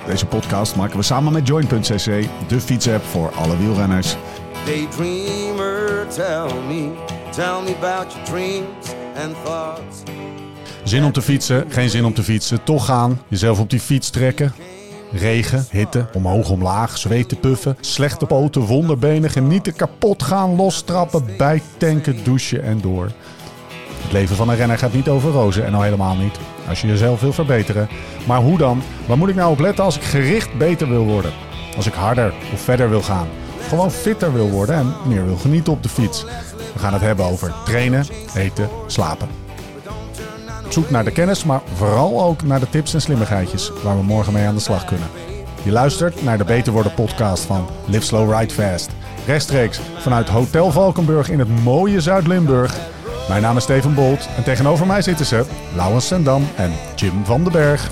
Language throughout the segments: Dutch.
Deze podcast maken we samen met Join.cc, de fietsapp voor alle wielrenners. Daydreamer, tell me about your dreams and thoughts. Zin om te fietsen, geen zin om te fietsen, toch gaan, jezelf op die fiets trekken. Regen, hitte, omhoog, omlaag, zweten, puffen, slechte poten, wonderbenen, genieten, kapot gaan, lostrappen, bijtanken, douchen en door. Het leven van een renner gaat niet over rozen en al helemaal niet als je jezelf wil verbeteren. Maar hoe dan? Waar moet ik nou op letten als ik gericht beter wil worden? Als ik harder of verder wil gaan? Of gewoon fitter wil worden en meer wil genieten op de fiets? We gaan het hebben over trainen, eten, slapen. Op zoek naar de kennis, maar vooral ook naar de tips en slimmigheidjes waar we morgen mee aan de slag kunnen. Je luistert naar de Beter Worden podcast van Live Slow Ride Fast. Rechtstreeks vanuit Hotel Valkenburg in het mooie Zuid-Limburg. Mijn naam is Steven Bolt en tegenover mij zitten ze Laurens Sendam en Jim van den Berg.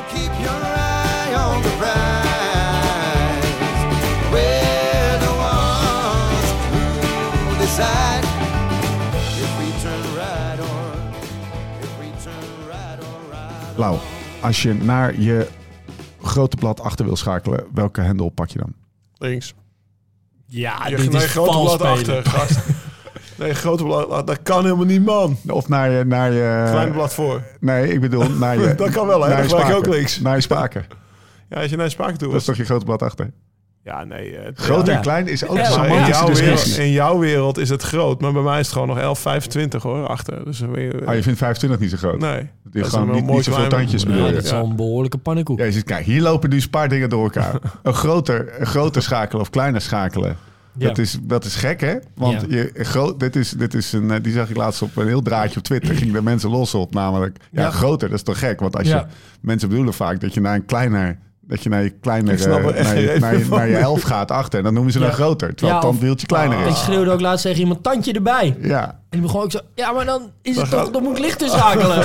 Lau, als je naar je grote blad achter wil schakelen, welke hendel pak je dan? Links. Ja, Je dit is grote vals blad spelen. achter, gast. Nee, grote blad, dat kan helemaal niet, man. Of naar je... Kleine blad voor. Nee, ik bedoel naar je... Dat kan wel, hè? naar Dan je gelijk spaken. ook links. Naar je spaken. Ja, als je naar je spaken toe Dat is toch je grote blad achter? Ja, nee. Groot ja. en klein is ook Ja, een Maar semantische discussie. in jouw wereld is het groot, maar bij mij is het gewoon nog 11,25 hoor, achter. Dus Oh, je vindt 25 niet zo groot? nee. Je Dat is gewoon een niet mooi zoveel klein- tandjes Ja, bedoel je? dat is wel een behoorlijke pannenkoek. Ja, je ziet, kijk, hier lopen dus een paar dingen door elkaar. Een groter schakelen of kleiner schakelen. Ja. Dat is gek, hè? Want dit is een, die zag ik laatst op een heel draadje op Twitter. Gingen de mensen los op, namelijk. Ja, groter, dat is toch gek? Want als je mensen bedoelen vaak dat je naar een kleiner... Dat je naar je kleinere, Ik snap er echt naar je 11 gaat achter. En dan noemen ze dan groter. Terwijl het tandwieltje kleiner Ik is. schreeuwde ook laatst tegen iemand, tandje erbij. Ja. En die begon ook zo, ja, maar dan is het toch, dan moet ik lichter schakelen.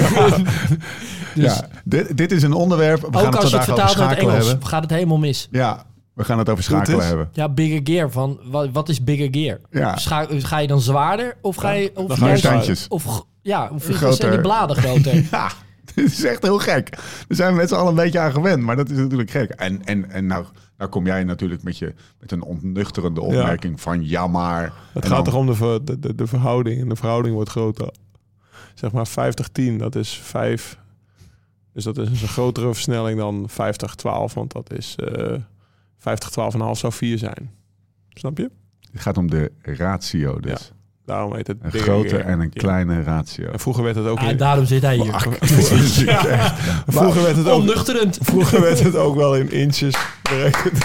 Ja, dit is een onderwerp. We gaan Ook het als je vandaag het over vertaalt naar het schakelen Engels, hebben. gaat het helemaal mis. Ja, we gaan het over schakelen is? hebben. Ja, bigger gear. Van, wat is bigger gear? Ja. Ga je dan zwaarder? Of ga je... Of dan ga je juist- standjes. Of zijn Groter. die bladen groter? Ja, dit is echt heel gek. Daar zijn we met z'n allen een beetje aan gewend. Maar dat is natuurlijk gek. En nou kom jij natuurlijk met een ontnuchterende opmerking van ja maar. Het En gaat dan- toch om de verhouding. En de verhouding wordt groter. Zeg maar 50-10, dat is 5. Dus dat is een grotere versnelling dan 50-12. Want dat is 50-12,5 zou 4 zijn. Snap je? Het gaat om de ratio dus. Ja. Daarom heet het Een bigger grote gear. en een Ja. kleine ratio. En vroeger werd het ook... Daarom zit hij hier. Vroeger werd het ook... Onnuchterend. Vroeger werd het ook wel in inches berekend.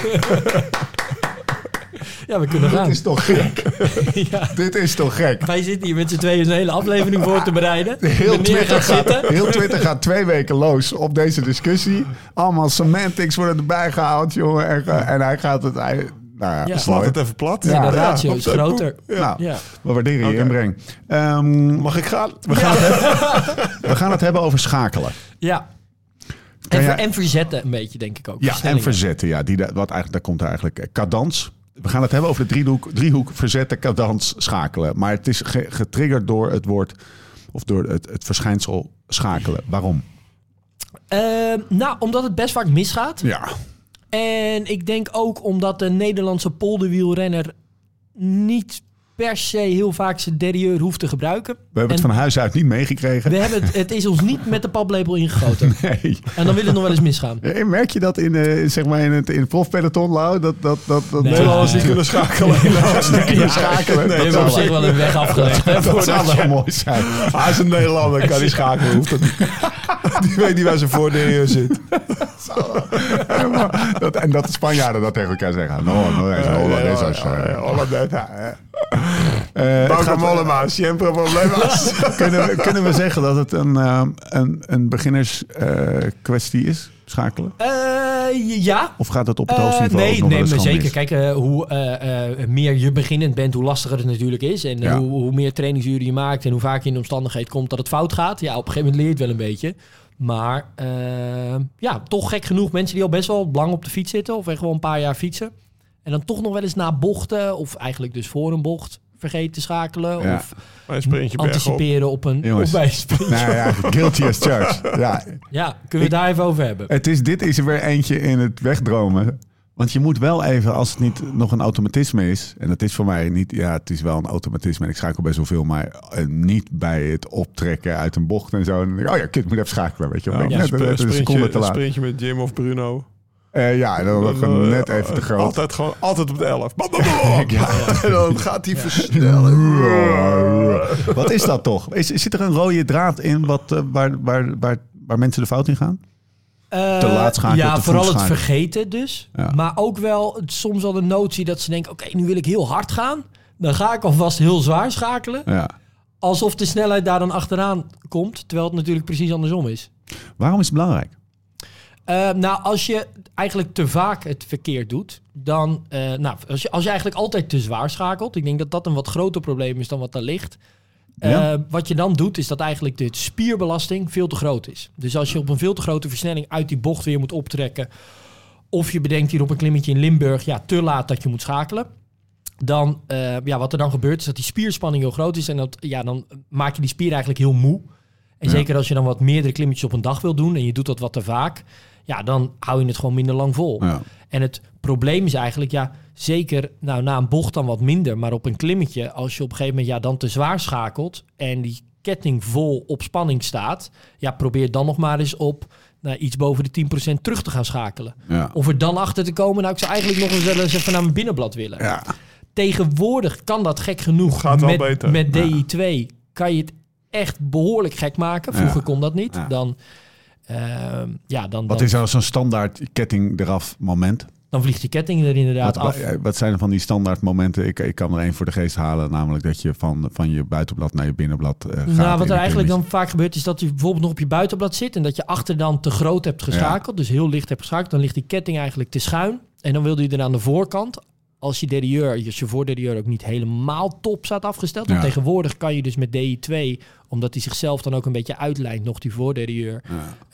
Ja, we kunnen gaan. Dit is toch gek? Ja. Dit is toch gek? Wij zitten hier met z'n tweeën een hele aflevering voor te bereiden. Heel Meneer gaat zitten. Heel Twitter gaat 2 weken los op deze discussie. Allemaal semantics worden erbij gehaald, jongen. En hij gaat het... Nou ja, Ja. Slaat het even plat. Ja, de ratio op is zijn groter. poep. Ja. Nou, Ja. we waarderen je Oké. inbreng. Mag ik gaan? We gaan het hebben over schakelen. Ja. Kan En, jij- en verzetten een beetje, denk ik ook. Ja, en Versnellingen. verzetten. Ja, daar komt er eigenlijk cadans. We gaan het hebben over de driehoek verzetten, cadans, schakelen. Maar het is getriggerd door het woord of door het verschijnsel schakelen. Waarom? Nou, omdat het best vaak misgaat. Ja, En ik denk ook omdat de Nederlandse polderwielrenner niet per se heel vaak zijn derieur hoeft te gebruiken. we hebben het En van huis uit niet meegekregen. we hebben het is ons niet met de paplepel ingegoten. Nee. En dan wil het nog wel eens misgaan. Ja, merk je dat in het profpeloton, Lau? Dat Nee. Nederlanders niet kunnen schakelen. kunnen schakelen. We dat hebben op zou, zich wel een weg afgelegd. hè, dat voor zou dat. zo mooi zijn. Hij is een Nederlander, kan niet schakelen. Hoeft dat niet. Die weet niet waar zijn voordeel zit. En dat de Spanjaarden dat tegen elkaar zeggen. No es Hollandeses. Bauke Mollema, siempre problemas. Kunnen we zeggen dat het een beginners kwestie is, schakelen? Ja. Of gaat het op het hoogste niveau ook Nee, nog wel nee, eens maar gewoon zeker. mis? Kijk, hoe meer je beginnend bent, hoe lastiger het natuurlijk is. En Ja. hoe meer trainingsuren je maakt en hoe vaak je in de omstandigheid komt dat het fout gaat. Ja, op een gegeven moment leer je het wel een beetje. Maar ja, toch gek genoeg mensen die al best wel lang op de fiets zitten of echt wel een paar jaar fietsen. En dan toch nog wel eens na bochten, of eigenlijk dus voor een bocht, vergeten te schakelen. Ja. Of Bij een sprintje bergop. anticiperen op een Jongens. bij een sprintje. Nou ja, guilty as charged. Ja, Ja, kunnen we het daar even over hebben? dit is er weer eentje in het wegdromen. Want je moet wel even, als het niet nog een automatisme is... en dat is voor mij niet... Ja, het is wel een automatisme en ik schakel best wel veel... maar niet bij het optrekken uit een bocht en zo. En dan denk ik, oh ja, kut, ik moet even schakelen, weet je wel. Ja, Net een seconde te een laat. sprintje met Jim of Bruno. Ja, en dan gewoon net even te groot. Altijd op de 11. En dan gaat hij versnellen. Wat is dat toch? Zit er een rode draad in waar mensen de fout in gaan? Te laat schakelen, Ja, te vooral vroeg het schakelen. vergeten dus. Ja. Maar ook wel soms al de notie dat ze denken... oké, nu wil ik heel hard gaan. Dan ga ik alvast heel zwaar schakelen. Ja. Alsof de snelheid daar dan achteraan komt. Terwijl het natuurlijk precies andersom is. Waarom is het belangrijk? Nou, als je eigenlijk te vaak het verkeerd doet... dan... als je eigenlijk altijd te zwaar schakelt... ik denk dat dat een wat groter probleem is dan wat daar ligt... Ja. Wat je dan doet, is dat eigenlijk de spierbelasting veel te groot is. Dus als je op een veel te grote versnelling uit die bocht weer moet optrekken... of je bedenkt hier op een klimmetje in Limburg... te laat dat je moet schakelen... dan, wat er dan gebeurt, is dat die spierspanning heel groot is... en dan maak je die spier eigenlijk heel moe. En zeker als je dan wat meerdere klimmetjes op een dag wil doen... en je doet dat wat te vaak... dan hou je het gewoon minder lang vol. Ja. En het probleem is eigenlijk, zeker na een bocht dan wat minder... maar op een klimmetje, als je op een gegeven moment dan te zwaar schakelt... en die ketting vol op spanning staat... probeer dan nog maar eens op iets boven de 10% terug te gaan schakelen. Ja. Of er dan achter te komen, ik zou eigenlijk nog eens wel eens even naar mijn binnenblad willen. Ja. Tegenwoordig kan dat gek genoeg. Gaat wel beter. Met DI2 kan je het echt behoorlijk gek maken. Vroeger kon dat niet. Ja. Wat is nou zo'n standaard ketting eraf moment? Dan vliegt je ketting er inderdaad af. Wat zijn er van die standaard momenten? Ik kan er één voor de geest halen. Namelijk dat je van je buitenblad naar je binnenblad gaat. Wat er eigenlijk dan vaak gebeurt is dat je bijvoorbeeld nog op je buitenblad zit... en dat je achter dan te groot hebt geschakeld. Dus heel licht hebt geschakeld. Dan ligt die ketting eigenlijk te schuin. En dan wilde je er aan de voorkant... als je voorderieur ook niet helemaal top staat afgesteld. Want tegenwoordig kan je dus met DI2... omdat die zichzelf dan ook een beetje uitlijnt, nog die voorderieur...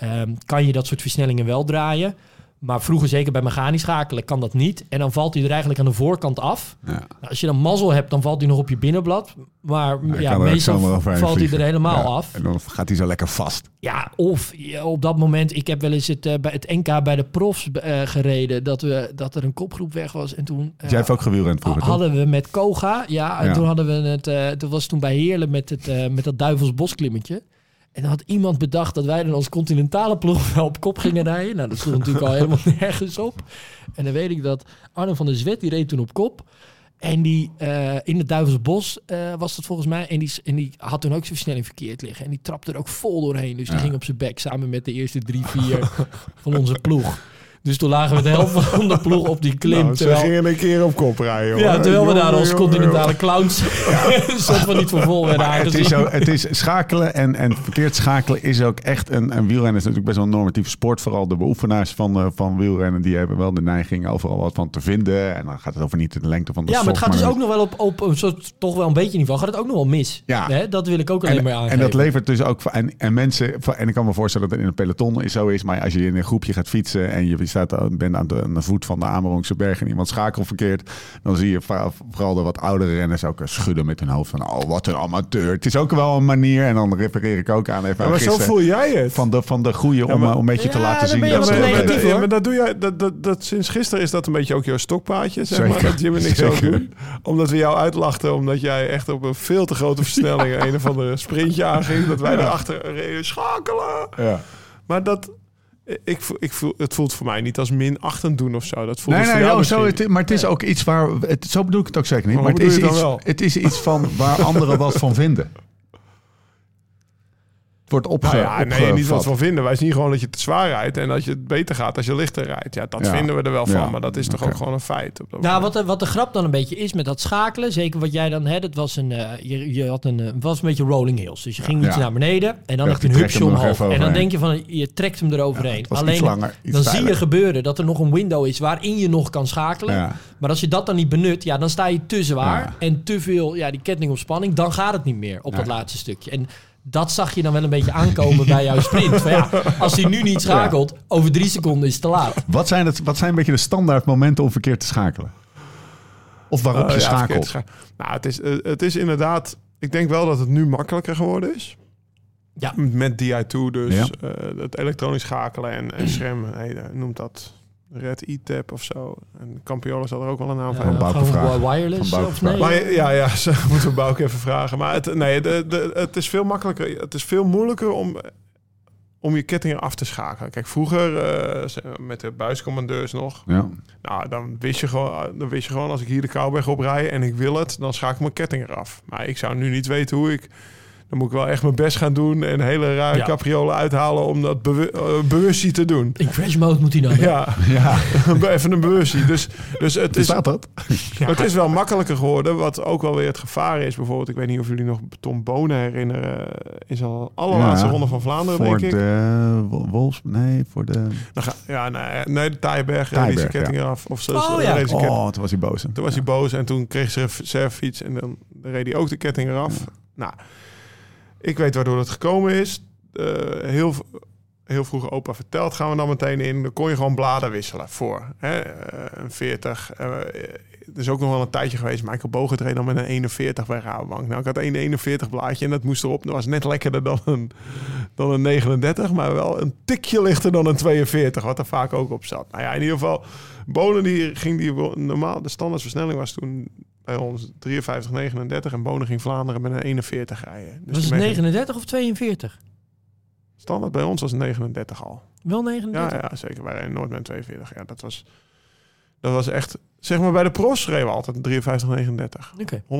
kan je dat soort versnellingen wel draaien... Maar vroeger, zeker bij mechanisch schakelen, kan dat niet. En dan valt hij er eigenlijk aan de voorkant af. Ja. Nou, als je dan mazzel hebt, dan valt hij nog op je binnenblad. Maar meestal valt hij er helemaal af. En dan gaat hij zo lekker vast. Ja, of op dat moment... Ik heb wel eens bij het NK bij de profs gereden... dat er een kopgroep weg was. En toen jij hebt ook gewielrend vroeger, hadden we met Koga... en toen hadden we het... dat was toen bij Heerlen met dat Duivels Bosklimmetje... En dan had iemand bedacht dat wij dan als continentale ploeg wel op kop gingen rijden. Nou, dat stond natuurlijk al helemaal nergens op. En dan weet ik dat Arno van der Zwet, die reed toen op kop. En die in het Duivelsbos was dat volgens mij. En die had toen ook zijn versnelling verkeerd liggen. En die trapte er ook vol doorheen. Dus die ging op zijn bek samen met de eerste 3-4 van onze ploeg. Dus toen lagen we de helft van de ploeg op die klim. Nou, ze gingen een keer op kop rijden. Hoor. Ja, terwijl we daar als continentale clowns soort van niet voor vol werden aangezien. Het is schakelen en verkeerd schakelen is ook echt een wielrennen. Is natuurlijk best wel een normatieve sport. Vooral de beoefenaars van wielrennen, die hebben wel de neiging overal wat van te vinden. En dan gaat het over niet de lengte van de sok. Ja, maar het gaat dus ook nog wel op een soort, toch wel een beetje niveau. Gaat het ook nog wel mis. Ja. Hè? Dat wil ik ook alleen maar aangeven. En dat levert dus ook... En mensen... En ik kan me voorstellen dat het in een peloton zo is. Maar als je in een groepje gaat fietsen en je bent aan de voet van de Amerongse berg en iemand schakelt verkeerd, dan zie je vooral de wat oudere renners ook schudden met hun hoofd van, oh, wat een amateur. Het is ook wel een manier, en dan refereer ik ook aan even aan maar zo voel jij het. Van de goeie om een beetje te laten zien. Maar dat doe jij, dat sinds gisteren is dat een beetje ook jouw stokpaadje, zeg maar, dat Jim en ik zo doen. Omdat we jou uitlachten, omdat jij echt op een veel te grote versnelling een of andere sprintje aanging, dat wij erachter reden schakelen. Ja. Maar dat... Ik voel, het voelt voor mij niet als min-8 doen of zo. Dat voelt maar het is ook iets waar... Zo bedoel ik het ook zeker niet. Maar het is iets van waar anderen wat van vinden. Het wordt niet wat van vinden. Wij zien gewoon dat je te zwaar rijdt en dat je het beter gaat als je lichter rijdt. Ja, dat vinden we er wel van, maar dat is toch ook gewoon een feit. Wat de grap dan een beetje is met dat schakelen, zeker wat jij dan had, het was was een beetje rolling hills. Dus je ging iets naar beneden en dan echt een hupsje omhoog. En dan denk je van, je trekt hem eroverheen. Alleen, dan zie je gebeuren dat er nog een window is waarin je nog kan schakelen. Ja. Maar als je dat dan niet benut, dan sta je te zwaar en te veel die ketting op spanning. Dan gaat het niet meer op dat laatste stukje. En dat zag je dan wel een beetje aankomen bij jouw sprint. Van als hij nu niet schakelt, over 3 seconden is het te laat. Wat zijn een beetje de standaard momenten om verkeerd te schakelen? Of waarop je schakelt? Nou, het is inderdaad... Ik denk wel dat het nu makkelijker geworden is. Ja. Met DI2 dus. Het elektronisch schakelen en SRAM. Noemt dat Red E-Tab of zo. En Campiola zal er ook wel een naam van hebben. Gewoon wireless of nee? Maar ja, moeten we Bouke even vragen. Maar het is veel makkelijker. Het is veel moeilijker om je kettingen af te schakelen. Kijk, vroeger met de buiscommandeurs nog. Ja. Nou, dan wist je gewoon als ik hier de Kouwberg op rij en ik wil het, dan schakel ik mijn ketting eraf. Maar ik zou nu niet weten hoe ik... Dan moet ik wel echt mijn best gaan doen en hele rare capriolen uithalen om dat bewustie te doen. In crash mode moet hij dan. Ja. Even een bewustie. Dus het is... dat? Het is wel makkelijker geworden, wat ook wel weer het gevaar is. Bijvoorbeeld, ik weet niet of jullie nog Tom Bonen herinneren. Is al allerlaatste ronde van Vlaanderen, denk ik. Voor de Wolfs? Nee, voor de... de Taaienberg reed zijn ketting eraf. Of toen was hij boos. Toen was hij boos en toen kreeg ze een reservefiets en dan reed hij ook de ketting eraf. Ja. Nou, ik weet waardoor het gekomen is. Heel vroeg opa verteld, gaan we dan meteen in. Dan kon je gewoon bladen wisselen voor. Een 40. Er is ook nog wel een tijdje geweest. Michael Bogert reed dan met een 41 bij Rabobank. Nou, ik had een 41 blaadje en dat moest erop. Dat was net lekkerder dan een 39. Maar wel een tikje lichter dan een 42. Wat er vaak ook op zat. Nou ja, in ieder geval. Bonen normaal. De standaardversnelling was toen... bij ons 53, 39 en Bonen ging Vlaanderen met een 41 rijden. Dus was het 39 of 42? Standaard bij ons was 39 al. Wel 39? Ja, zeker. Wij rijden nooit met 42. Ja, dat was echt... Zeg maar bij de pros reden we altijd 53, 39. Okay. 100%.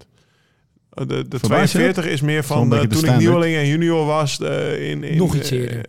De 42 is meer van toen ik nieuweling en junior was. Nog iets eerder.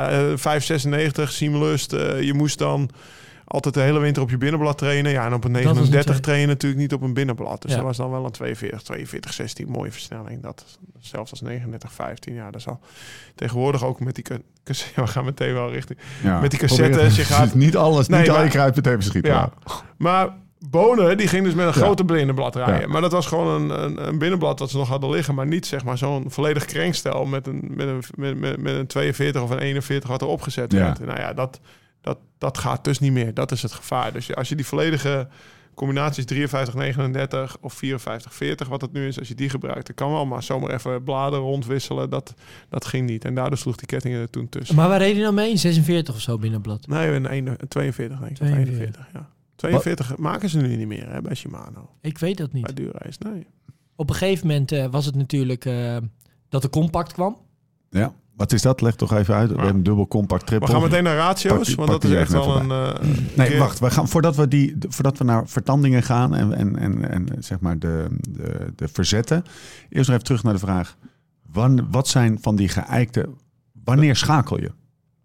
596, Simulust. Je moest dan... altijd de hele winter op je binnenblad trainen. Ja, en op een 39 trainen natuurlijk niet op een binnenblad. Dus dat was dan wel een 42, 16. Mooie versnelling. Dat zelfs als 39, 15. Ja, dat zal tegenwoordig ook met die... We gaan meteen wel richting... met die cassettes. Je gaat niet alles, niet al je kruid meteen verschieten. Ja. Maar Bonen, die ging dus met een grote binnenblad rijden. Ja. Maar dat was gewoon een binnenblad dat ze nog hadden liggen. Maar niet zeg maar zo'n volledig krenkstel met een 42 of een 41 wat erop gezet werd. Nou ja, dat gaat dus niet meer. Dat is het gevaar. Dus als je die volledige combinaties 53, 39 of 54, 40, wat het nu is, als je die gebruikt, dan kan wel maar zomaar even bladen rondwisselen. Dat ging niet. En daardoor sloeg die kettingen er toen tussen. Maar waar reed je nou mee? 46 of zo binnenblad? Nee, een 42 denk ik. 41, ja. 42 maken ze nu niet meer bij Shimano. Ik weet dat niet. Bij duurreis, nee. Op een gegeven moment was het natuurlijk dat de compact kwam. Ja. Wat is dat? Leg toch even uit. We hebben een dubbel compact triple. We gaan meteen naar ratio's, want dat is echt wel een... nee, wacht. We gaan, voordat we naar vertandingen gaan en zeg maar de verzetten. Eerst nog even terug naar de vraag. Wat zijn van die geëikte... Wanneer schakel je?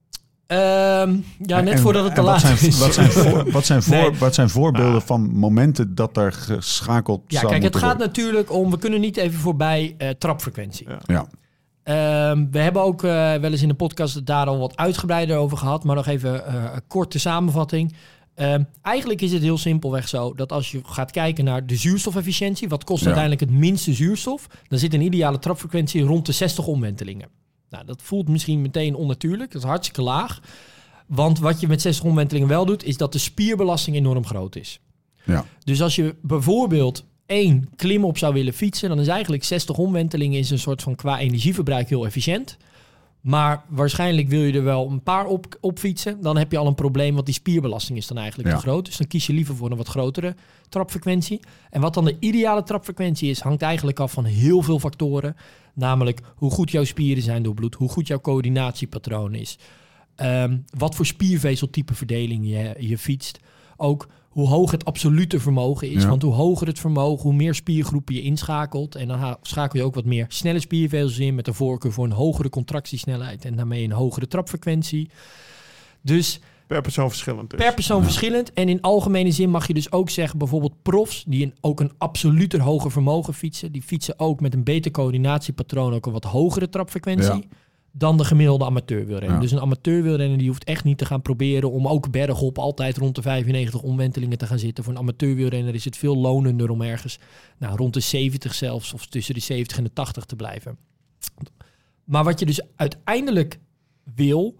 Voordat het te laat is. Wat zijn voorbeelden van momenten dat er geschakeld zou kijk, het worden? gaat natuurlijk om... We kunnen niet even voorbij trapfrequentie. Ja. We hebben ook wel eens in de podcast het daar al wat uitgebreider over gehad. Maar nog even een korte samenvatting. Eigenlijk is het heel simpelweg zo dat als je gaat kijken naar de zuurstofefficiëntie... wat kost uiteindelijk het minste zuurstof... dan zit een ideale trapfrequentie rond de 60 omwentelingen. Nou, dat voelt misschien meteen onnatuurlijk. Dat is hartstikke laag. Want wat je met 60 omwentelingen wel doet... is dat de spierbelasting enorm groot is. Ja. Dus als je bijvoorbeeld... 1 klim op zou willen fietsen, dan is eigenlijk 60 omwentelingen is een soort van qua energieverbruik heel efficiënt. Maar waarschijnlijk wil je er wel een paar op fietsen. Dan heb je al een probleem, want die spierbelasting is dan eigenlijk te groot. Dus dan kies je liever voor een wat grotere trapfrequentie. En wat dan de ideale trapfrequentie is, hangt eigenlijk af van heel veel factoren. Namelijk hoe goed jouw spieren zijn doorbloed, hoe goed jouw coördinatiepatroon is. Wat voor spiervezeltype verdeling je fietst. Ook hoe hoog het absolute vermogen is. Ja. Want hoe hoger het vermogen, hoe meer spiergroepen je inschakelt. En dan schakel je ook wat meer snelle spiervezels in... met de voorkeur voor een hogere contractiesnelheid... en daarmee een hogere trapfrequentie. Dus per persoon verschillend. Dus. Per persoon verschillend. En in algemene zin mag je dus ook zeggen... bijvoorbeeld profs die ook een absoluter hoger vermogen fietsen... die fietsen ook met een beter coördinatiepatroon... ook een wat hogere trapfrequentie... Ja. Dan de gemiddelde amateurwielrenner. Ja. Dus een amateurwielrenner die hoeft echt niet te gaan proberen... om ook bergop altijd rond de 95 omwentelingen te gaan zitten. Voor een amateurwielrenner is het veel lonender om ergens... rond de 70 zelfs, of tussen de 70 en de 80 te blijven. Maar wat je dus uiteindelijk wil...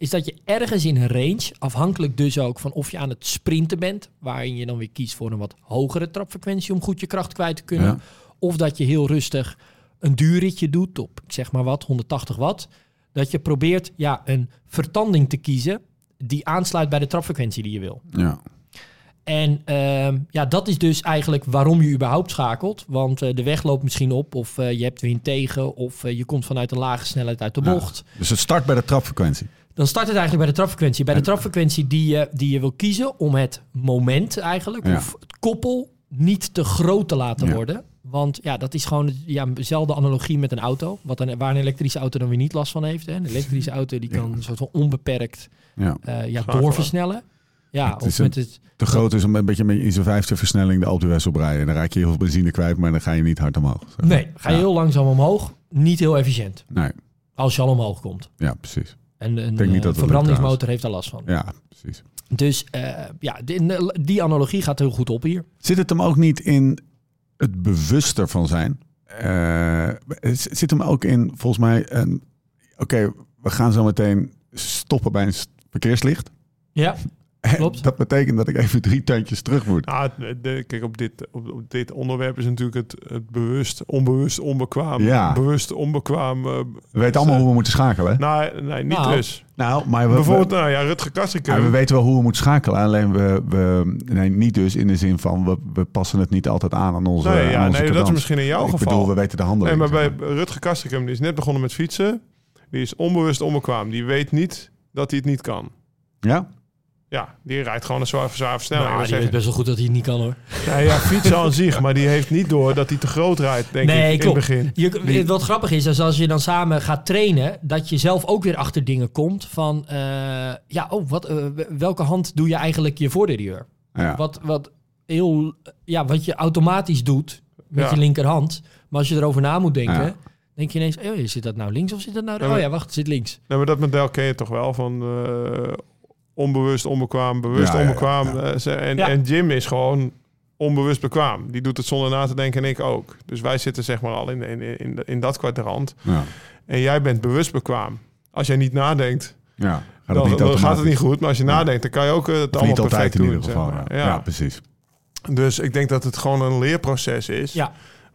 is dat je ergens in een range, afhankelijk dus ook van of je aan het sprinten bent, waarin je dan weer kiest voor een wat hogere trapfrequentie om goed je kracht kwijt te kunnen. Ja. Of dat je heel rustig een duurritje doet op, ik zeg maar wat, 180 watt. Dat je probeert een vertanding te kiezen die aansluit bij de trapfrequentie die je wil. Ja. En dat is dus eigenlijk waarom je überhaupt schakelt. Want de weg loopt misschien op of je hebt wind tegen of je komt vanuit een lage snelheid uit de bocht. Dus het start bij de trapfrequentie. Dan start het eigenlijk bij de trapfrequentie. Bij de trapfrequentie die je wil kiezen om het moment eigenlijk, of het koppel, niet te groot te laten worden. Want dat is gewoon dezelfde analogie met een auto. Waar een elektrische auto dan weer niet last van heeft. Hè. Een elektrische auto die kan een soort van onbeperkt doorversnellen. Ja, het is of met het... Te groot is om een beetje met ISO 5 versnelling de Alpe d'Huez oprijden. Dan raak je heel veel benzine kwijt, maar dan ga je niet hard omhoog. Zeg. Nee, ga je heel langzaam omhoog. Niet heel efficiënt. Nee. Als je al omhoog komt. Ja, precies. En een verbrandingsmotor heeft daar last van. Ja, precies. Dus die analogie gaat heel goed op hier. Zit het hem ook niet in het bewuster van zijn? Zit hem ook in, volgens mij, oké, we gaan zo meteen stoppen bij een verkeerslicht. Ja, klopt. Dat betekent dat ik even 3 tandjes terug moet. Kijk, op dit onderwerp is natuurlijk het bewust, onbewust, onbekwaam. Ja. Bewust, onbekwaam. We weten allemaal hoe we moeten schakelen. Nee, niet dus. Maar bijvoorbeeld, Rutger Kastrikum. We weten wel hoe we moeten schakelen. Alleen we niet dus in de zin van we passen het niet altijd aan onze cadans. Dat is misschien in jouw geval. Ik bedoel, we weten de handeling. Nee, maar bij Rutger Kastrikum, die is net begonnen met fietsen. Die is onbewust onbekwaam. Die weet niet dat hij het niet kan. Ja? Ja, die rijdt gewoon een zware versnelling. Nou, die weet best wel goed dat hij het niet kan, hoor. Fietsen aan zich, maar die heeft niet door dat hij te groot rijdt, denk ik, klopt. in het begin. Wat grappig is als je dan samen gaat trainen, dat je zelf ook weer achter dingen komt van, welke hand doe je eigenlijk je voorderieur? Ja. Wat je automatisch doet met je linkerhand, maar als je erover na moet denken, denk je ineens, zit dat nou links of zit dat nou... het zit links. Nee, maar dat model ken je toch wel van... onbewust onbekwaam, bewust onbekwaam. Ja. En Jim is gewoon onbewust bekwaam. Die doet het zonder na te denken en ik ook. Dus wij zitten zeg maar al in dat kwadrant. Ja. En jij bent bewust bekwaam. Als jij niet nadenkt, dan gaat het niet goed. Maar als je nadenkt, dan kan je ook het allemaal niet perfect doen. In ieder geval, zeg maar. Ja, precies. Dus ik denk dat het gewoon een leerproces is. Ja.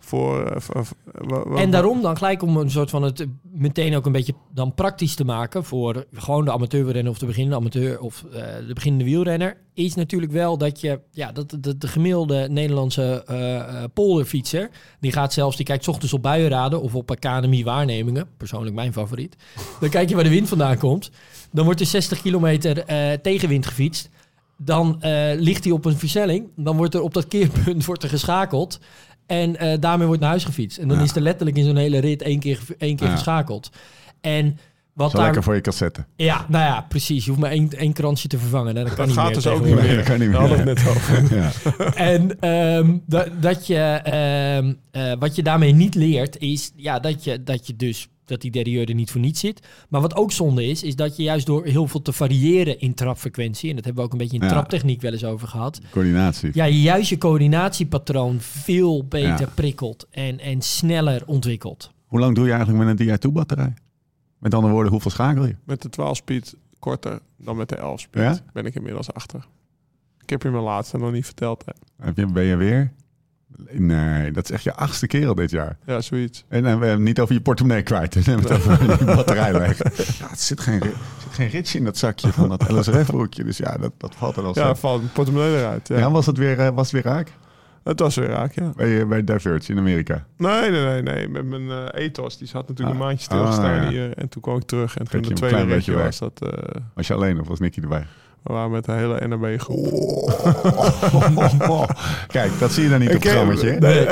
En daarom dan gelijk om een soort van het meteen ook een beetje dan praktisch te maken voor gewoon de amateurrenner of de beginnende amateur of de beginnende wielrenner, is natuurlijk wel dat je de gemiddelde Nederlandse polderfietser, die kijkt 's ochtends op buienraden of op academie waarnemingen, persoonlijk mijn favoriet. Dan kijk je waar de wind vandaan komt. Dan wordt er 60 kilometer tegenwind gefietst. Dan ligt hij op een versnelling. Dan wordt er op dat keerpunt geschakeld. En daarmee wordt naar huis gefietst. En dan is er letterlijk in zo'n hele rit één keer geschakeld. En wat zo lekker voor je cassette. Ja, precies. Je hoeft maar één kransje te vervangen. Dat kan niet meer. Dat gaat dus ook niet meer. Dat kan niet meer. Daar hadden we het net over. Ja. En wat je daarmee niet leert, is dat die derailleur er niet voor niets zit. Maar wat ook zonde is dat je juist door heel veel te variëren in trapfrequentie, en dat hebben we ook een beetje in traptechniek wel eens over gehad. Coördinatie. Ja, juist je coördinatiepatroon veel beter prikkelt en sneller ontwikkelt. Hoe lang doe je eigenlijk met een Di2-batterij? Met andere woorden, hoeveel schakel je? Met de 12-speed korter dan met de 11-speed ben ik inmiddels achter. Ik heb je mijn laatste nog niet verteld. Hè. Ben je weer? Nee, dat is echt je 8e keer al dit jaar. Ja, zoiets. En we hebben het niet over je portemonnee kwijt. We hebben het over je batterij weg. Ja, het zit geen ritsje in dat zakje van dat LSRF-broekje. Dus dat valt er al zo. Ja, valt een portemonnee eruit. Ja, was het weer raak? Het was weer raak, ja. Bij Diverge in Amerika? Nee. Met mijn ethos. Die zat natuurlijk een maandje stilgestaan hier. En toen kwam ik terug. En toen de tweede ritje was dat... Was je alleen of was Nicky erbij? We waren met de hele NRB groep. Kijk, dat zie je dan niet op het programmaatje. Nee.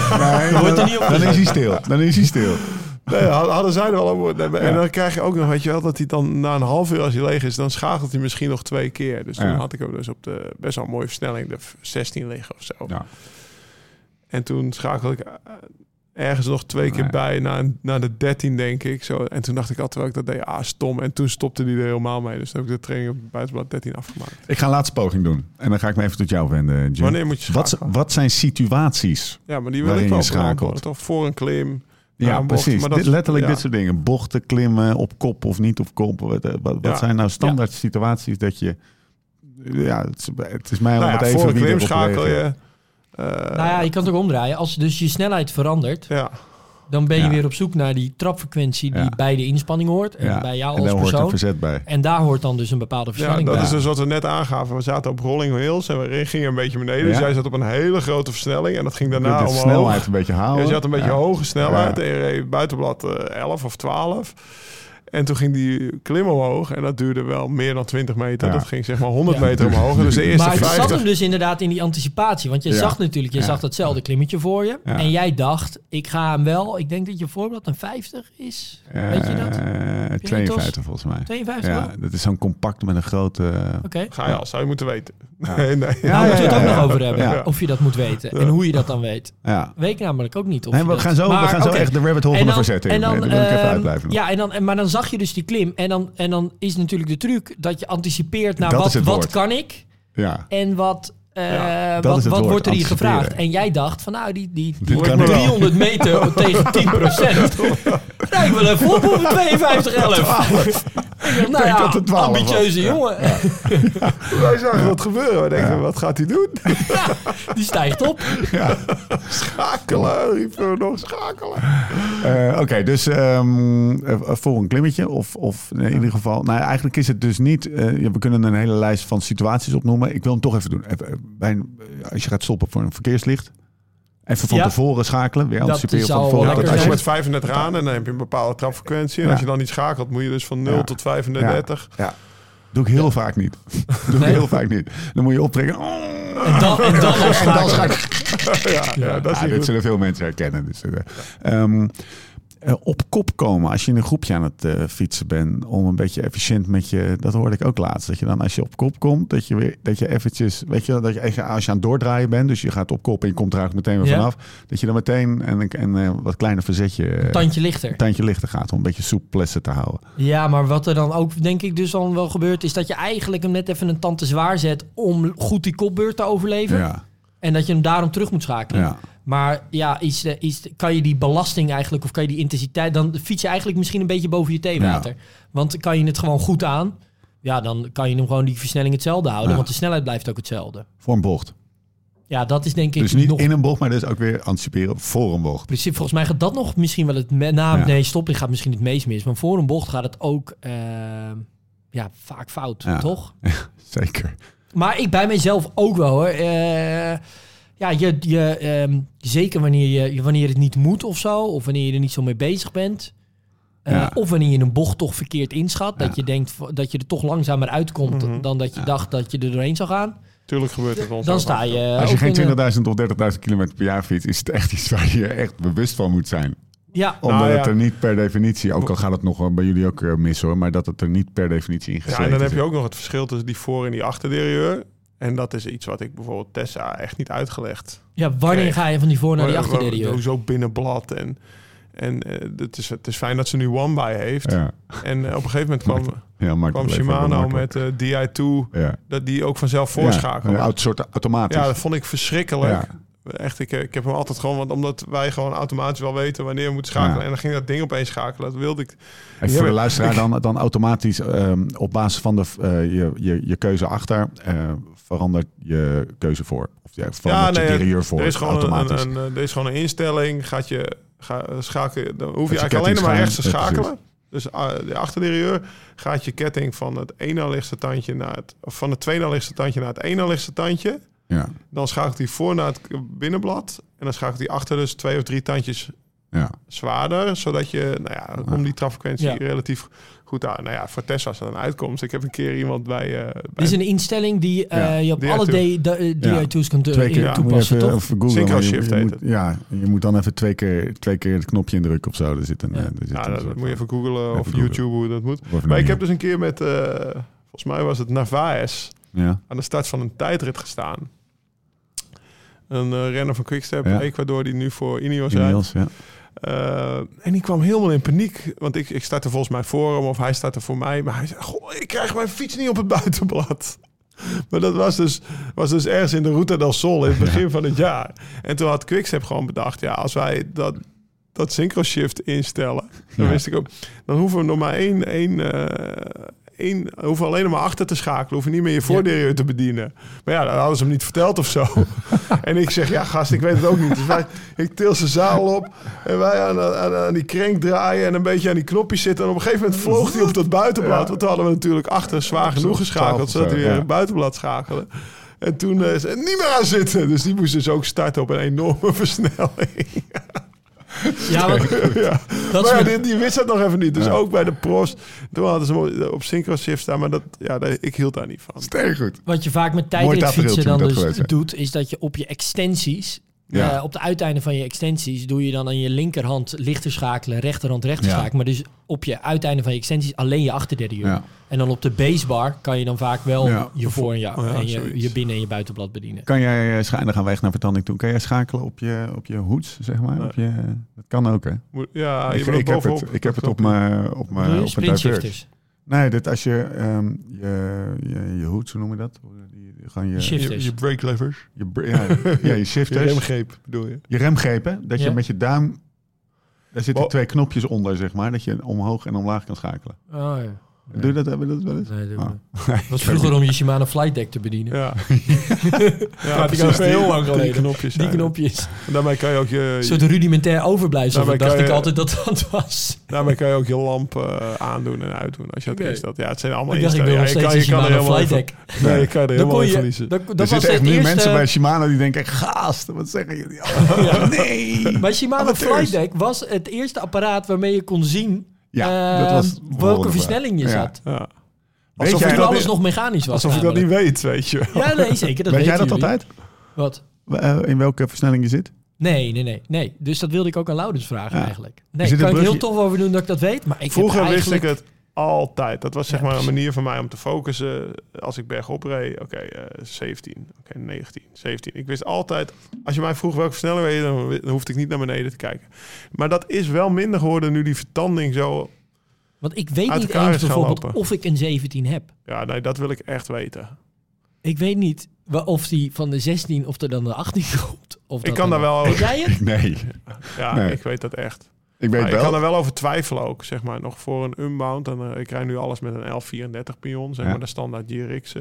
Dan is hij stil. Nee, hadden zij er wel over. En dan krijg je ook nog, weet je wel, dat hij dan na een half uur als hij leeg is, dan schakelt hij misschien nog 2 keer. Dus toen had ik hem dus op de best wel mooie versnelling, de 16 liggen of zo. Ja. En toen schakelde ik ergens nog 2 keer bij naar de 13, denk ik. Zo. En toen dacht ik altijd, terwijl ik dat deed, stom. En toen stopte die er helemaal mee. Dus toen heb ik de training op het buitenblad 13 afgemaakt. Ik ga een laatste poging doen. En dan ga ik me even tot jou wenden, Jim. Wanneer moet je schakelen? Wat zijn situaties ja, maar die wil ik wel schakelt? Toch voor een klim, Ja, bocht, precies. maar dat, Letterlijk dit soort dingen. Bochten, klimmen, op kop of niet op kop. Wat zijn nou standaard situaties dat je... Ja, het is mij om het even voor een wie klim erop schakel reageert. je kan het ook omdraaien. Als dus je snelheid verandert, dan ben je weer op zoek naar die trapfrequentie die bij de inspanning hoort. En bij jou en als daar persoon. Hoort een verzet bij. En daar hoort dan dus een bepaalde versnelling bij. Dat is dus wat we net aangaven. We zaten op rolling hills en we gingen een beetje beneden. Dus jij zat op een hele grote versnelling en dat ging daarna omhoog. De snelheid een beetje houden. Je had een beetje hoge snelheid en je reed buitenblad 11 of 12. En toen ging die klim omhoog en dat duurde wel meer dan 20 meter. Ja. Dat ging zeg maar 100 meter omhoog. Dus de eerste maar het 50... zat hem dus inderdaad in die anticipatie. Want je zag natuurlijk, je zag datzelfde klimmetje voor je. Ja. En jij dacht, ik ga hem wel... Ik denk dat je voorbeeld een 50 is. Weet je dat? 52 volgens mij. 52 Ja, dat is zo'n compact met een grote... Ga je al, zou je moeten weten. Ja. Nee. Daar moeten we het ook nog over hebben. Of je dat moet weten. En hoe je dat dan weet. Ja. Weet ik namelijk ook niet. Of we gaan zo echt de rabbit hole van de verzetting. En dan, dat wil ik even uitblijven. Ja, maar dan zag je dus die klim. En dan is natuurlijk de truc dat je anticipeert naar wat kan ik? Ja. En wat wordt er hier gevraagd? En jij dacht van die 300 meter tegen 10%. Nou, ik wil even op 52-11. Ambitieuze jongen. Ja. Wij zagen wat gebeuren. We denken, wat gaat hij doen? Die stijgt op. Ja. Schakelen. Riepen we nog schakelen. Oké, dus voor een klimmetje of in ieder geval... Nou, eigenlijk is het dus niet... we kunnen een hele lijst van situaties opnoemen. Ik wil hem toch even doen. Als je gaat stoppen voor een verkeerslicht... Even van tevoren schakelen. Weer anticiperen van tevoren. Als je met 35 aan en dan heb je een bepaalde trapfrequentie. En als je dan niet schakelt, moet je dus van 0 tot 35. Ja. Doe ik heel vaak niet. Heel vaak niet. Dan moet je optrekken. En dan schakelen. Dat zullen veel mensen herkennen. Dus, op kop komen als je in een groepje aan het fietsen bent om een beetje efficiënt met je, dat hoorde ik ook laatst, dat je dan als je op kop komt, dat je eventjes, weet je, dat je als je aan het doordraaien bent, dus je gaat op kop en je komt er eigenlijk meteen weer vanaf, dat je dan meteen een wat kleiner verzetje, een tandje lichter gaat om een beetje souplesse te houden. Ja, maar wat er dan ook denk ik dus dan wel gebeurt, is dat je eigenlijk hem net even een tand te zwaar zet om goed die kopbeurt te overleven. Ja. En dat je hem daarom terug moet schakelen. Ja. Maar ja, kan je die belasting eigenlijk, of kan je die intensiteit, dan fiets je eigenlijk misschien een beetje boven je theewater. Ja. Want kan je het gewoon goed aan, ja, dan kan je hem gewoon die versnelling hetzelfde houden. Ja. Want de snelheid blijft ook hetzelfde. Voor een bocht. Ja, dat is denk ik dus niet in een bocht, maar dus ook weer anticiperen voor een bocht. Precies, volgens mij gaat dat nog misschien wel het... Nee, stoplicht gaat misschien het meest mis. Maar voor een bocht gaat het ook vaak fout, toch? Ja, zeker. Maar ik bij mezelf ook wel, hoor. Zeker wanneer het niet moet of zo, of wanneer je er niet zo mee bezig bent. Of wanneer je een bocht toch verkeerd inschat. Dat je denkt dat je er toch langzamer uitkomt dan dat je dacht dat je er doorheen zou gaan. Tuurlijk gebeurt het ons. Dan sta je... Als je geen 20.000 of 30.000 kilometer per jaar fietst, is het echt iets waar je echt bewust van moet zijn. Ja. Omdat het er niet per definitie, ook al gaat het nog bij jullie ook mis hoor, maar dat het er niet per definitie in gezeten is. Ja, en dan heb je ook nog het verschil tussen die voor- en die achterderieur. En dat is iets wat ik bijvoorbeeld Tessa echt niet uitgelegd. Ja, wanneer ga je van die voor naar die achterderieur? Zo binnenblad. En het is fijn dat ze nu One-By heeft. Ja. En op een gegeven moment kwam Shimano met Di2. Ja. Dat die ook vanzelf voorschakelde. Ja, een soort automatisch. Ja, dat vond ik verschrikkelijk. Ja. Echt, ik heb hem altijd gewoon... Want omdat wij gewoon automatisch wel weten wanneer we moeten schakelen. Ja. En dan ging dat ding opeens schakelen. Dat wilde ik... En voor de luisteraar dan automatisch op basis van je keuze achter... verandert je keuze voor. Of verandert je interieur voor. Er is gewoon automatisch. er is gewoon een instelling. Schakelen, dan hoef je eigenlijk alleen maar rechts te schakelen. Dus de achterderieur gaat je ketting van het ene lichtste tandje naar het... Of van het tweede lichtste tandje naar het ene lichtste tandje... Ja. Dan schakelt hij voor naar het binnenblad. En dan schakelt hij achter dus 2 of 3 tandjes zwaarder. Zodat je, om die trapfrequentie relatief goed aan. Nou ja, voor Tessa als er een uitkomst. Ik heb een keer iemand bij dit is een instelling die je op alle Di2's kunt toepassen, toch? Synchro Shift heet het. Ja, je moet dan even twee keer het knopje indrukken of zo. Er zit dat moet je even googlen of YouTube hoe dat moet. Maar ik heb dus een keer met, volgens mij was het Narvaez... aan de start van een tijdrit gestaan. Een renner van Quickstep, Ecuador, die nu voor Ineos rijdt. En die kwam helemaal in paniek. Want ik startte volgens mij voor hem of hij startte voor mij. Maar hij zei, goh, ik krijg mijn fiets niet op het buitenblad. Maar dat was dus ergens in de Ruta del Sol in het begin van het jaar. En toen had Quickstep gewoon bedacht... als wij dat dat synchro-shift instellen. Dan Ja. wist ik ook. Dan hoeven we nog maar hoeven alleen nog maar achter te schakelen. Hoeven niet meer je voordeur te bedienen. Maar ja, dat hadden ze hem niet verteld of zo. En ik zeg, ja gast, ik weet het ook niet. Dus ik til zijn zadel op. En wij aan die krenk draaien. En een beetje aan die knopjes zitten. En op een gegeven moment vloog hij op dat buitenblad. Want toen hadden we natuurlijk achter zwaar genoeg geschakeld. Zodat hij weer een buitenblad schakelde. En toen is het niet meer aan zitten. Dus die moest dus ook starten op een enorme versnelling. Ja, want Ja. dat is Maar met- die wist dat nog even niet. Dus ook bij de pros, toen hadden ze hem op synchro-shift staan. Maar ik hield daar niet van. Sterk goed. Wat je vaak met Mooi tijdritfietsen tafereeltje dan moet dat dus geweest zijn. doet, is dat je op je extensies, Ja. op de uiteinden van je extensies, doe je dan aan je linkerhand lichter schakelen, rechterhand rechter Ja. schakelen. Maar dus op je uiteinden van je extensies alleen je achterderde uur. Ja. En dan op de basebar kan je dan vaak wel Ja. je voor- en, ja, en zoiets. je binnen- en je buitenblad bedienen. Kan jij, en dan gaan we echt naar vertanding toe. Kan jij schakelen op je hoeds, zeg maar? Nee. Dat kan ook, hè? Ja, Ik heb het op mijn Doe je op sprint mijn shifters? Nee, dit als je je hoeds, hoe noem je dat? Gewoon je Shifters. je brake levers. je Je shifters. remgreep bedoel je. Je remgrepen, dat je Ja. met je duim... Daar zitten Oh. 2 knopjes onder, zeg maar. Dat je omhoog en omlaag kan schakelen. Oh ja. Doe je dat, hebben we dat wel eens? Nee, dat Ah. dat was vroeger om je Shimano Flight Deck te bedienen. Ja, Ja, die kan heel lang geleden. Die knopjes. Die zijn. knopjes. En daarmee kan je ook Een soort rudimentair overblijfsel. Daarbij dacht kan ik je- altijd dat dat was. Daarmee kan je ook je lamp aandoen en uitdoen. Als je dat Oké. instelt. Ja, het zijn allemaal Ik dacht, ik wil nog instellingen. steeds Ja, een je kan er Shimano helemaal Flight even- Deck. Nee, je kan er Dan helemaal kon in je... verliezen. Dat Er was zitten echt het nu eerste... mensen bij Shimano die denken... Gaast, wat zeggen jullie allemaal? Ja. Nee! Bij Shimano Amateurs. Flight Deck was het eerste apparaat waarmee je kon zien Ja, dat was welke versnelling je Ja. zat. Ja. Weet Alsof jij ik Toen dat alles niet- nog mechanisch was. Alsof ik dat niet namelijk. weet, weet je wel. Ja, nee, zeker. Dat Weet jij weten dat jullie. altijd? Wat? In welke versnelling je zit? Nee. Dus dat wilde ik ook aan Laurens vragen Ja. eigenlijk. Er Nee, zit kan een ik heel brugje- tof over doen dat ik dat weet. Maar ik Vroeger heb wist ik eigenlijk... het altijd. Dat was zeg Ja, maar een precies. manier voor mij om te focussen. Als ik bergop reed, 17, 19, 17. Ik wist altijd, als je mij vroeg welke versnelling weet, dan hoefde ik niet naar beneden te kijken. Maar dat is wel minder geworden nu die vertanding zo... Want ik weet uit niet elkaar eens is gaan bijvoorbeeld lopen. of ik een 17 heb. Ja, nee, dat wil ik echt weten. Ik weet niet of die van de 16 of er dan de 18 komt. Of Ik dat kan dan- daar wel... Weet jij het? Nee. Ja, Nee. ik weet dat echt. Ik weet Maar ik kan wel. er wel over twijfelen ook, zeg maar. Nog voor een unbound. Ik rijd nu alles met een 1134 pion, zeg Ja. maar, de standaard GRX.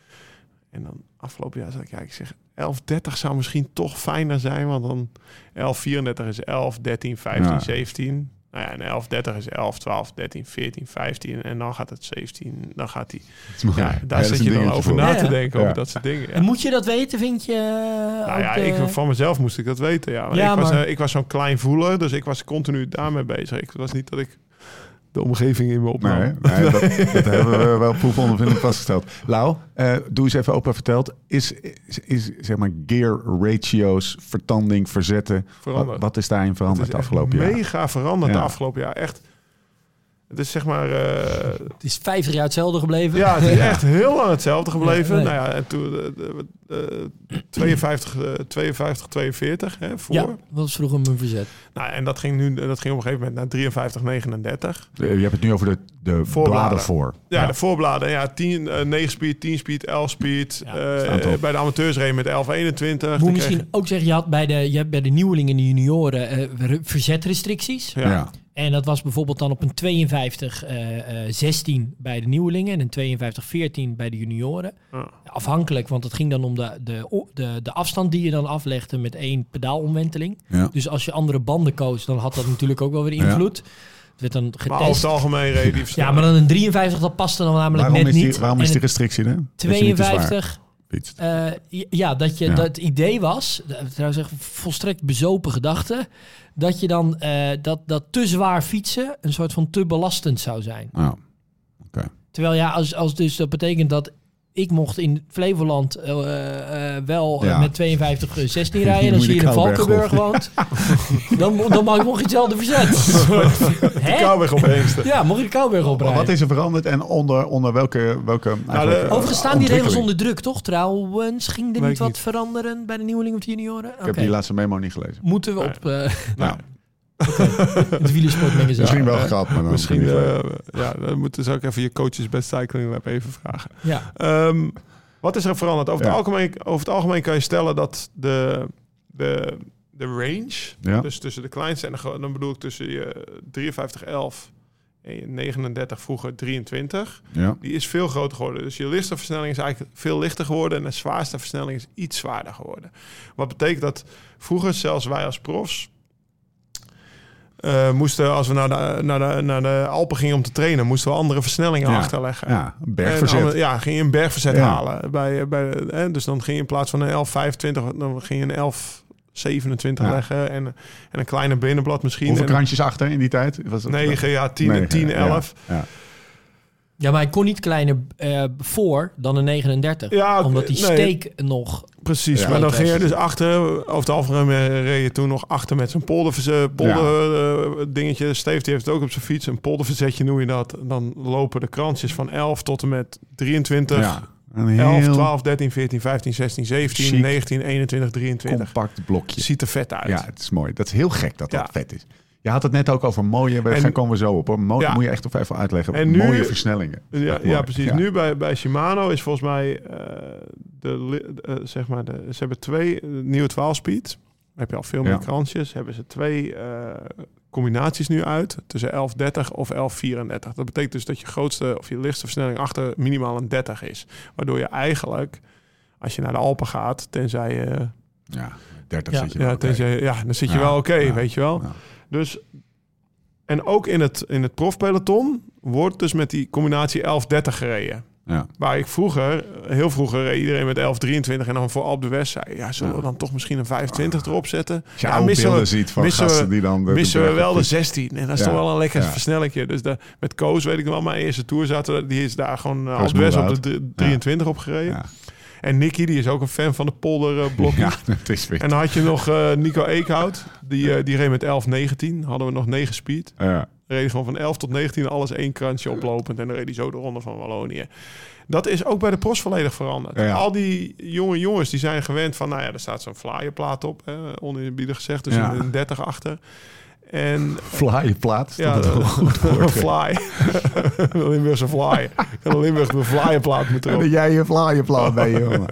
En dan afgelopen jaar zei ik, ik zeg 1130 zou misschien toch fijner zijn, want dan 1134 is 11, 13, 15, Ja. 17. Nou ja, en 1130 is 11, 12, 13, 14, 15 en dan gaat het 17. Dan gaat die. Ja, daar zit je dan over na te denken, Ja. over dat soort dingen. Ja. En moet je dat weten, vind je? Nou ja, van mezelf moest ik dat weten. Ja. Maar Ja, maar- ik was zo'n klein voeler, dus ik was continu daarmee bezig. Het was niet dat ik de omgeving in me opnam. Nee, dat hebben we wel proefondervindelijk vastgesteld. Lau, doe eens even open verteld. Is zeg maar gear ratio's, vertanding, verzetten. Veranderd. Wat is daarin veranderd Het het is afgelopen jaar? mega veranderd Ja. de afgelopen jaar. Echt. Het is zeg maar... Het is 50 jaar hetzelfde gebleven. ja, het is echt heel lang hetzelfde gebleven. Ja, nee. Nou ja, en toen 52, 42 hè, voor. Ja, dat was vroeger mijn verzet. Nou, en dat ging op een gegeven moment naar 53, 39. Je hebt het nu over de Voorbladen. bladen voor. Ja, de voorbladen. Ja, 9 speed, 10 speed, 11 speed. Ja, staat op. Bij de amateurs reden met 11, 21. Moet Dan misschien kreeg ook zeggen, je hebt bij de nieuwelingen en de junioren verzetrestricties. je- Ja. En dat was bijvoorbeeld dan op een 52-16 bij de nieuwelingen en een 52-14 bij de junioren. Ja. Afhankelijk, want het ging dan om de afstand die je dan aflegde met 1 pedaalomwenteling. Ja. Dus als je andere banden koos, dan had dat natuurlijk ook wel weer invloed. Het werd dan Maar over getest. het algemeen reden die Ja, versnelling. maar dan een 53, dat paste dan namelijk Waarom net niet. Waarom En is die een restrictie er? Dat je niet te zwaar 52... fietst. Ja, dat Ja. het idee was, trouwens echt volstrekt bezopen gedachte, dat je dan dat te zwaar fietsen een soort van te belastend zou zijn. Oh. Terwijl ja, als dus dat betekent dat ik mocht in Flevoland wel Ja. met 52-16 rijden. En Moet als je je de hier in Kouwberg Valkenburg woont, dan mag ik nog hetzelfde verzet. Hè? Kouwweg op Heemstede. Ja, mocht je de Kouwberg Maar oprijden. wat is er veranderd en onder welke eigenlijk, Overigens staan die regels ontwikkeling? onder druk, toch? Trouwens, ging er Weet niet ik wat niet. veranderen bij de nieuweling of de junioren? Ik heb die laatste memo niet gelezen. Moeten we op Nou, het wielersportmagazine. misschien wel gehad, maar dan Misschien, niet gelezen. zou ik even je coaches bij Cycling Lab even vragen. Ja. Wat is er veranderd? Over het algemeen kan je stellen dat de de range, Ja. dus tussen de kleinste en de dan bedoel ik tussen je 5311 en je 39, vroeger 23, Ja. die is veel groter geworden. Dus je lichtste versnelling is eigenlijk veel lichter geworden en de zwaarste versnelling is iets zwaarder geworden. Wat betekent dat vroeger, zelfs wij als profs, moesten, als we naar de Alpen gingen om te trainen, moesten we andere versnellingen achterleggen. Ja, een bergverzet. Ging je een bergverzet halen. Dus dan ging je in plaats van een 1125, dan ging je een 1127 leggen en een kleine binnenblad misschien. Hoeveel krantjes achter in die tijd? Was dat 9, 10, 11. Ja. Ja, maar hij kon niet kleiner voor dan een 39. Ja, omdat die steek nog... Precies, Ja, maar dan dat ging je was- dus achter, over het algemeen reed je toen nog achter met zijn polder dingetje. Steve die heeft het ook op zijn fiets, een polderverzetje noem je dat. Dan lopen de krantjes van 11 tot en met 23, Ja, een 11, heel 12, 13, 14, 15, 16, 17, chic, 19, 21, 23. compact blokje. Ziet er vet uit. Ja, het is mooi. Dat is heel gek dat Ja. vet is. Je had het net ook over mooie, daar komen we zo op hoor. Ja. Moet je echt nog even uitleggen. En nu- mooie versnellingen. Ja, precies. Ja. Nu bij Shimano is volgens mij ze hebben 2 nieuwe 12-speed. Dan heb je al veel meer Ja. krantjes. Hebben ze 2 combinaties nu uit tussen 1130 of 1134. Dat betekent dus dat je grootste of je lichtste versnelling achter minimaal een 30 is. Waardoor je eigenlijk, als je naar de Alpen gaat, tenzij je... Ja, 30 Ja. zit je wel oké. dan zit je Ja, wel oké, ja, weet je wel. ja. Dus, en ook in het profpeloton wordt dus met die combinatie 1130 gereden. Ja. Waar ik heel vroeger reed iedereen met 1123 en dan voor Alpe d'Huez zei, ja, zullen we dan toch misschien een 25 erop zetten? Als je oude beelden ziet van gasten die dan... missen we wel de 16. En dat is Ja. toch wel een lekker Ja. versnellingje. Dus met Koos weet ik nog wel, mijn eerste tour zaten, die is daar gewoon Koos Alpe d'Huez op Moerhout. de 23 op gereden. Ja. En Nicky, die is ook een fan van de polderblokjes. Ja, dat is weer... En dan had je nog Nico Eekhout, die reed met 1119. Hadden we nog 9 speed. Ja. Reed gewoon van 11 tot 19 alles 1 krantje oplopend. En dan reed hij zo de ronde van Wallonië. Dat is ook bij de pros volledig veranderd. Ja. Al die jonge jongens die zijn gewend van... Nou ja, er staat zo'n flyerplaat op. Oneerbiedig gezegd. Dus Ja. een 30 achter. En Flyerplaat. ja, een fly. Een Limburgse fly. Een Limburg de flyerplaat moet En erop. dat jij je flyerplaat bij je jongen.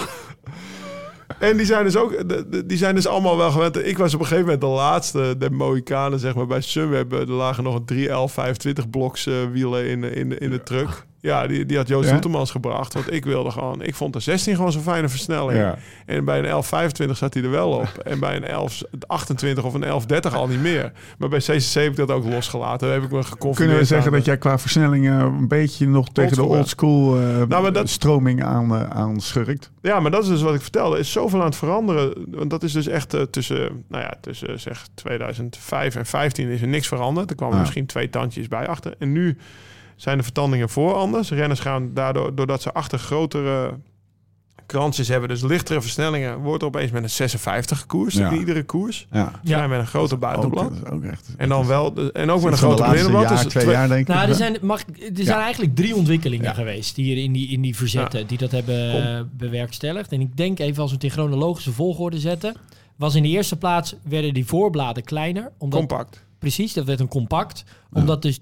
En die zijn dus ook, die zijn dus allemaal wel gewend. Ik was op een gegeven moment de laatste, de Mohikanen, zeg maar, bij Sunweb. Er lagen nog een 31125 bloks wielen in de truck. Ja, die had Joost Hoetemans gebracht. Want ik vond de 16 gewoon zo'n fijne versnelling. Ja. En bij een 1125 zat hij er wel op. En bij een 1128 of een 1130 al niet meer. Maar bij CCC heb ik dat ook losgelaten. Daar heb ik me geconfronteerd. Kunnen we zeggen aan dat jij qua versnellingen een beetje nog tegen de Oldschool, oldschool stroming aan schurkt? Ja, maar dat is dus wat ik vertelde. Er is zoveel aan het veranderen. Want dat is dus echt tussen zeg 2005 en 15 is er niks veranderd. Er kwamen misschien 2 tandjes bij achter. En nu zijn de vertandingen voor anders. Renners gaan daardoor, doordat ze achter grotere krantjes hebben, dus lichtere versnellingen, wordt er opeens met een 56 gekoerst in iedere koers. Ja. Ja, met een grote buitenblad. Ook echt. En dan wel en ook met een Sinds grote de laatste binnenblad. 2 jaar denk ik. Nou, er hè? zijn eigenlijk 3 ontwikkelingen geweest hier in die verzetten die dat hebben bewerkstelligd. En ik denk even als we het in chronologische volgorde zetten, was in de eerste plaats werden die voorbladen kleiner. Omdat, Compact. Precies, dat werd een compact. Omdat dus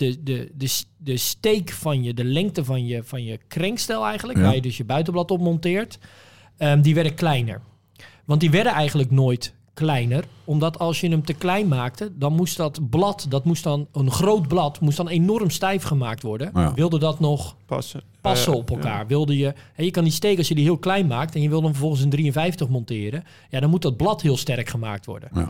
de steek van je, de lengte van je krenkstel eigenlijk, waar je dus je buitenblad op monteert, die werden kleiner. Want die werden eigenlijk nooit kleiner, omdat als je hem te klein maakte, dan moest dat blad, een groot blad, moest dan enorm stijf gemaakt worden. Ja. Wilde dat nog passen op elkaar. Wilde je, je kan die steek, als je die heel klein maakt en je wil dan vervolgens een 53 monteren, ja, dan moet dat blad heel sterk gemaakt worden. Ja.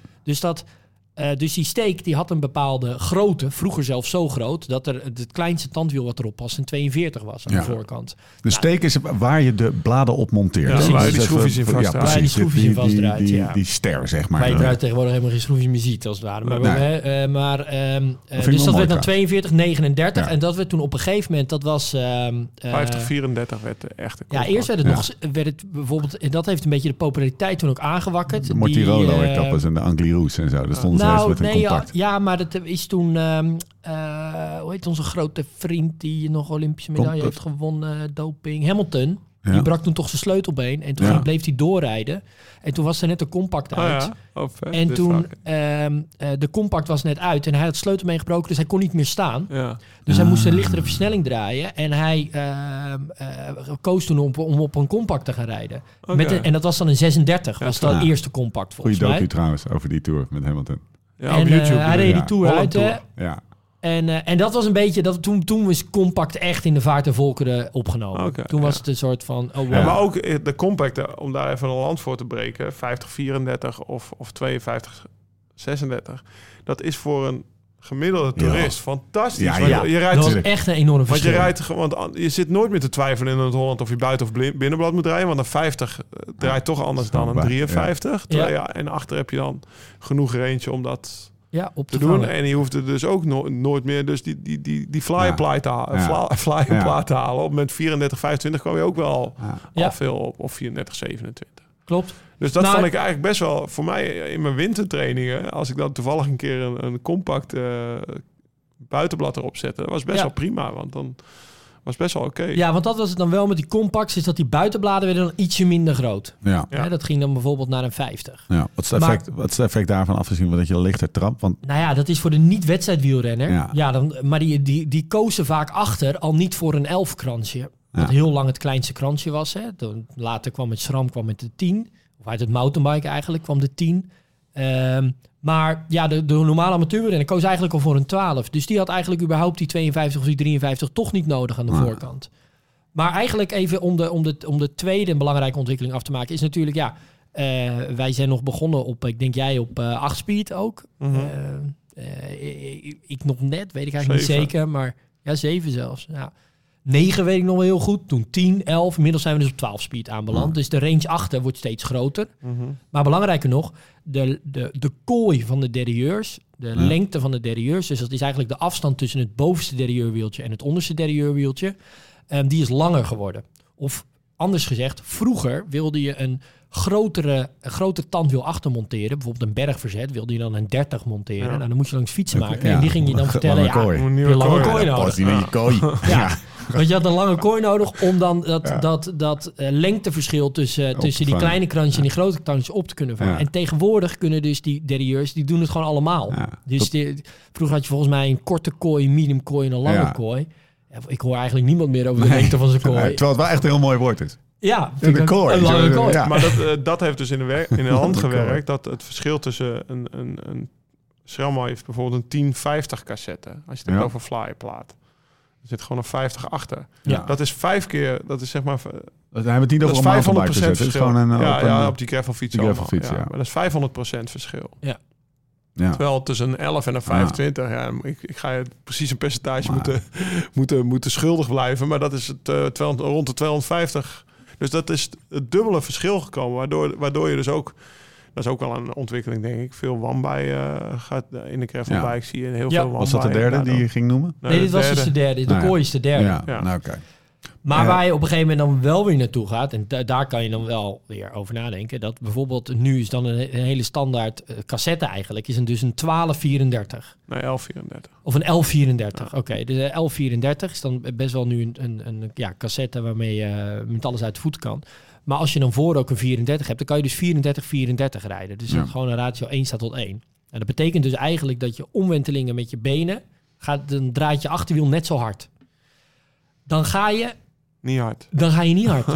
Dus die steek die had een bepaalde grootte, vroeger zelfs zo groot, dat er het kleinste tandwiel wat erop was een 42 was aan de voorkant. De steek is waar je de bladen op monteert. Ja, Dus waar je dat die is schroefjes in even- vastdraait. Waar je die schroefjes in vastdraait, ja. Die ster, zeg maar. Waar je eruit tegenwoordig helemaal geen schroefjes meer ziet, als het ware. Maar, Nee. dus wel dat mooi werd dan trouwens. 42, 39. Ja. En dat werd toen op een gegeven moment, dat was... 50, 34 werd de echte ja, eerst werd het bijvoorbeeld... En dat heeft een beetje de populariteit toen ook aangewakkerd. De Mortirolo-etappes en de Angliroes en zo. Daar stonden ze eens met een compact. Ja, maar dat is toen... hoe heet onze grote vriend die nog Olympische medaille heeft gewonnen? Doping. Hamilton. Ja. Die brak toen toch zijn sleutelbeen. En toen bleef hij doorrijden. En toen was er net een compact uit. En toen, de compact was net uit. En hij had het sleutelbeen gebroken, dus hij kon niet meer staan. Ja. Dus hij moest een lichtere versnelling draaien. En hij koos toen om op een compact te gaan rijden. En dat was dan een 36. Was dat de eerste compact volgens mij. Goeie docu trouwens over die Tour met Hamilton. Ja, en op YouTube. Hij reed die Tour uit. Ja. En dat was een beetje... Toen was compact echt in de vaart der volkeren opgenomen. Toen was het een soort van... Oh, wow. Ja, maar ook de compact, om daar even een land voor te breken... 50-34 of 52-36... dat is voor een gemiddelde toerist fantastisch. Ja. Je rijdt, dat was echt een enorm verschil. Want je zit nooit meer te twijfelen in het Holland... of je buiten of binnenblad moet rijden. Want een 50 draait toch anders dan een 53. En achter heb je dan genoeg range om dat... op te doen. En je hoeft er dus ook nooit meer dus die flyerplaat te halen. Op moment 34, 25 kwam je ook wel al veel op 34, 27. Klopt. Dus dat vond ik eigenlijk best wel voor mij in mijn wintertrainingen. Als ik dan toevallig een keer een compact buitenblad erop zette, dat was best wel prima. Want dan was best wel oké. Ja, want dat was het dan wel met die compacts, is dat die buitenbladen werden dan ietsje minder groot. Ja, dat ging dan bijvoorbeeld naar een 50. Ja, wat is het effect daarvan afgezien dat je lichter trapt? Want... Nou ja, dat is voor de niet-wedstrijdwielrenner. Maar die kozen vaak achter al niet voor een 11-kransje. Dat heel lang het kleinste kransje was. Hè. Later kwam het SRAM met de 10. Of uit het mountainbike eigenlijk kwam de 10. Maar ja, de normale amateurrenner koos eigenlijk al voor een 12. Dus die had eigenlijk überhaupt die 52 of die 53 toch niet nodig aan de voorkant. Maar eigenlijk even om de tweede belangrijke ontwikkeling af te maken... is natuurlijk, wij zijn nog begonnen op, ik denk jij op 8-speed ook. Mm-hmm. Ik nog net, weet ik eigenlijk 7. Niet zeker. Maar 7 zelfs, 9 weet ik nog wel heel goed. Toen 10, 11. Inmiddels zijn we dus op 12 speed aanbeland. Dus de range achter wordt steeds groter. Mm-hmm. Maar belangrijker nog, de kooi van de derailleurs, de lengte van de derailleurs. Dus dat is eigenlijk de afstand tussen het bovenste derailleurwieltje en het onderste derailleurwieltje. Die is langer geworden. Of anders gezegd, vroeger wilde je een grote tandwiel achter monteren. Bijvoorbeeld een bergverzet wilde je dan een 30 monteren. Nou, dan moest je langs fietsen maken. En die ging je dan vertellen, je een lange kooi nodig. Pas die met je kooi. Want je had een lange kooi nodig om dan dat lengteverschil tussen die kleine kransjes en die grote kransjes op te kunnen vangen. Ja. En tegenwoordig kunnen dus die derailleurs, die doen het gewoon allemaal. Ja. Dus vroeger had je volgens mij een korte kooi, een medium kooi en een lange kooi. Ik hoor eigenlijk niemand meer over de lengte van zijn kooi. Terwijl het wel echt een heel mooi woord is. Ja, een kooi. Een lange kooi. Ja. Maar dat heeft dus in de hand gewerkt. Dat het verschil tussen een SRAM heeft bijvoorbeeld een 1050 cassette. Als je het hebt over flyerplaat. Er zit gewoon een 50 achter. Ja. Dat is 5 keer, dat is zeg maar... Dat hebben we het niet over een 500% verschil. Op die gravelfiets. Maar dat is 500% verschil. Ja. Ja. Terwijl tussen een 11 en een 25, ik ga je precies een percentage moeten schuldig blijven. Maar dat is rond de 250. Dus dat is het dubbele verschil gekomen. Waardoor je dus ook... Dat is ook wel een ontwikkeling, denk ik. Veel one-by gaat in de gravelbike zie je heel veel one-by. Was dat de derde die je ging noemen? Nee, dit was dus de derde. De kooi is de derde. Ja. Oké. Maar waar je op een gegeven moment dan wel weer naartoe gaat... en daar kan je dan wel weer over nadenken... dat bijvoorbeeld nu is dan een hele standaard cassette eigenlijk... is dus een 1234. Nee, 1134. Of een 1134, oké. Dus 1134 is dan best wel nu een cassette... waarmee je met alles uit de voet kan. Maar als je dan voor ook een 34 hebt... dan kan je dus 34-34 rijden. Dus gewoon een ratio 1 staat tot 1. En dat betekent dus eigenlijk dat je omwentelingen met je benen... dan draait je achterwiel net zo hard. Dan ga je... Niet hard. Dan ga je niet hard.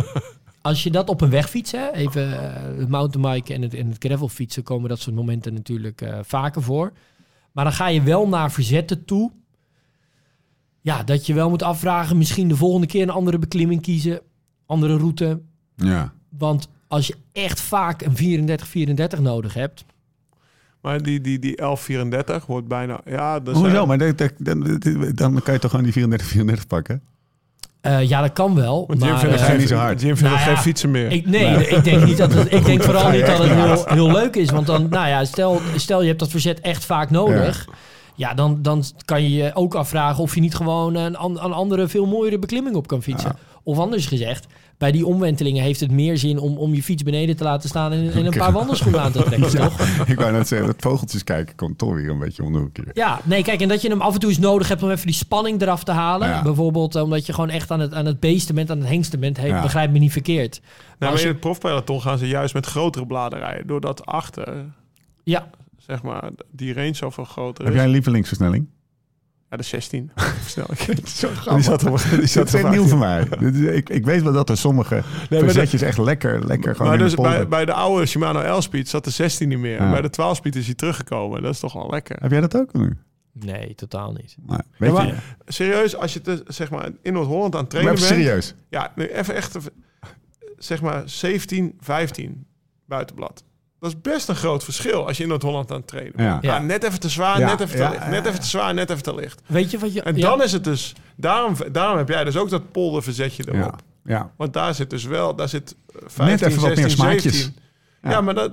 Als je dat op een weg fietsen, even het mountainbiken en het gravel fietsen, komen dat soort momenten natuurlijk vaker voor. Maar dan ga je wel naar verzetten toe. Ja, dat je wel moet afvragen, misschien de volgende keer een andere beklimming kiezen, andere route. Ja. Want als je echt vaak een 34-34 nodig hebt. Maar die 1134 wordt bijna... Hoezo? Maar dan kan je toch gewoon die 34-34 pakken? Ja, dat kan wel. Want Jim vindt het niet zo hard. Jim vindt geen fietsen meer. Ik denk niet dat het... Ik denk vooral niet dat het heel leuk is. Want dan, stel je hebt dat verzet echt vaak nodig. Ja, dan kan je je ook afvragen of je niet gewoon een andere, veel mooiere beklimming op kan fietsen. Ja. Of anders gezegd, bij die omwentelingen heeft het meer zin om je fiets beneden te laten staan en een paar wandelschoenen aan te trekken, toch? Ik wou net zeggen, dat vogeltjes kijken komt toch weer een beetje om de hoek hier. Ja, nee, kijk, en dat je hem af en toe eens nodig hebt om even die spanning eraf te halen. Ja. Bijvoorbeeld omdat je gewoon echt aan het beesten bent, aan het hengsten bent. Ja. Begrijp me niet verkeerd. Nou, maar in het profpeloton gaan ze juist met grotere bladen rijden. Doordat achter, Ja, zeg maar, die range zoveel groter Heb is. jij een lievelingsversnelling? Ja, de 16. Versnelling. Zo Die zat er, die Dat zat is er echt nieuw voor mij. Ik weet wel dat er sommige verzetjes echt lekker gewoon Maar in dus de polder. bij de oude Shimano L-Speed zat de 16 niet meer. Ja. Bij de 12-speed is hij teruggekomen. Dat is toch wel lekker. Heb jij dat ook nu? nee, totaal niet. Nee, weet Ja, maar je? serieus, als je zeg maar in Noord-Holland aan het Maar trainen even bent... serieus. Ja, nu even echt... Zeg maar 17, 15 buitenblad. Dat is best een groot verschil als je in Noord-Holland aan het trainen bent. Ja. Ja, net even te zwaar, Ja, net even te ja, licht. ja, Net ja. even te zwaar, net even te licht. Weet je wat je... En dan is het dus... Daarom heb jij dus ook dat polderverzetje erop. Ja. Ja. Want daar zit dus wel... Daar zit 15, Net even wat 16, meer smaakjes. 17. Ja. Ja, maar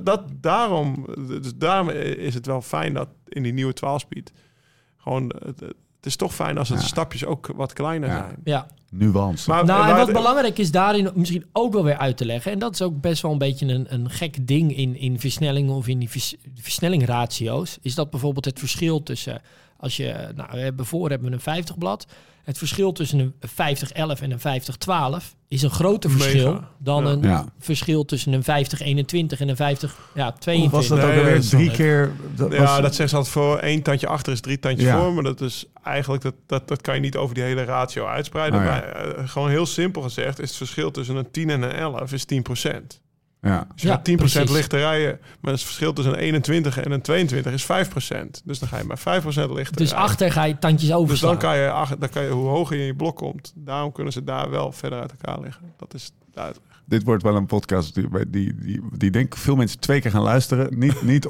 daarom is het wel fijn dat in die nieuwe 12-speed... Gewoon... Het is toch fijn als de stapjes ook wat kleiner Ja. zijn. Ja. Nuance. Maar, Nou, en maar- wat belangrijk is daarin misschien ook wel weer uit te leggen... en dat is ook best wel een beetje een gek ding in versnellingen... of in die versnellingratio's... is dat bijvoorbeeld het verschil tussen... als je, nou, hebben we een 50-blad... het verschil tussen een 50-11 en een 50-12... is een groter Mega. verschil dan Ja. een Ja. verschil tussen een 50-21 en een 50-22. Hoe was dat Nee, ook alweer? dat is 3 dan keer... Dat Ja, was, dat zegt ze altijd voor 1 tandje achter is 3 tandjes Ja. voor. Maar dat is eigenlijk, dat kan je niet over die hele ratio uitspreiden. Oh, ja. Maar gewoon heel simpel gezegd is het verschil tussen een 10 en een 11 is 10%. ja. Dus je Ja, gaat 10% precies. lichter rijden. Maar het verschil tussen een 21 en een 22 is 5%. Dus dan ga je maar 5% lichter Dus rijden. achter ga je tandjes Dus overslaan. dan kan je, hoe hoger je in je blok komt, daarom kunnen ze daar wel verder uit elkaar liggen. Dat is duidelijk. Dit wordt wel een podcast die denk ik veel mensen 2 keer gaan luisteren. Niet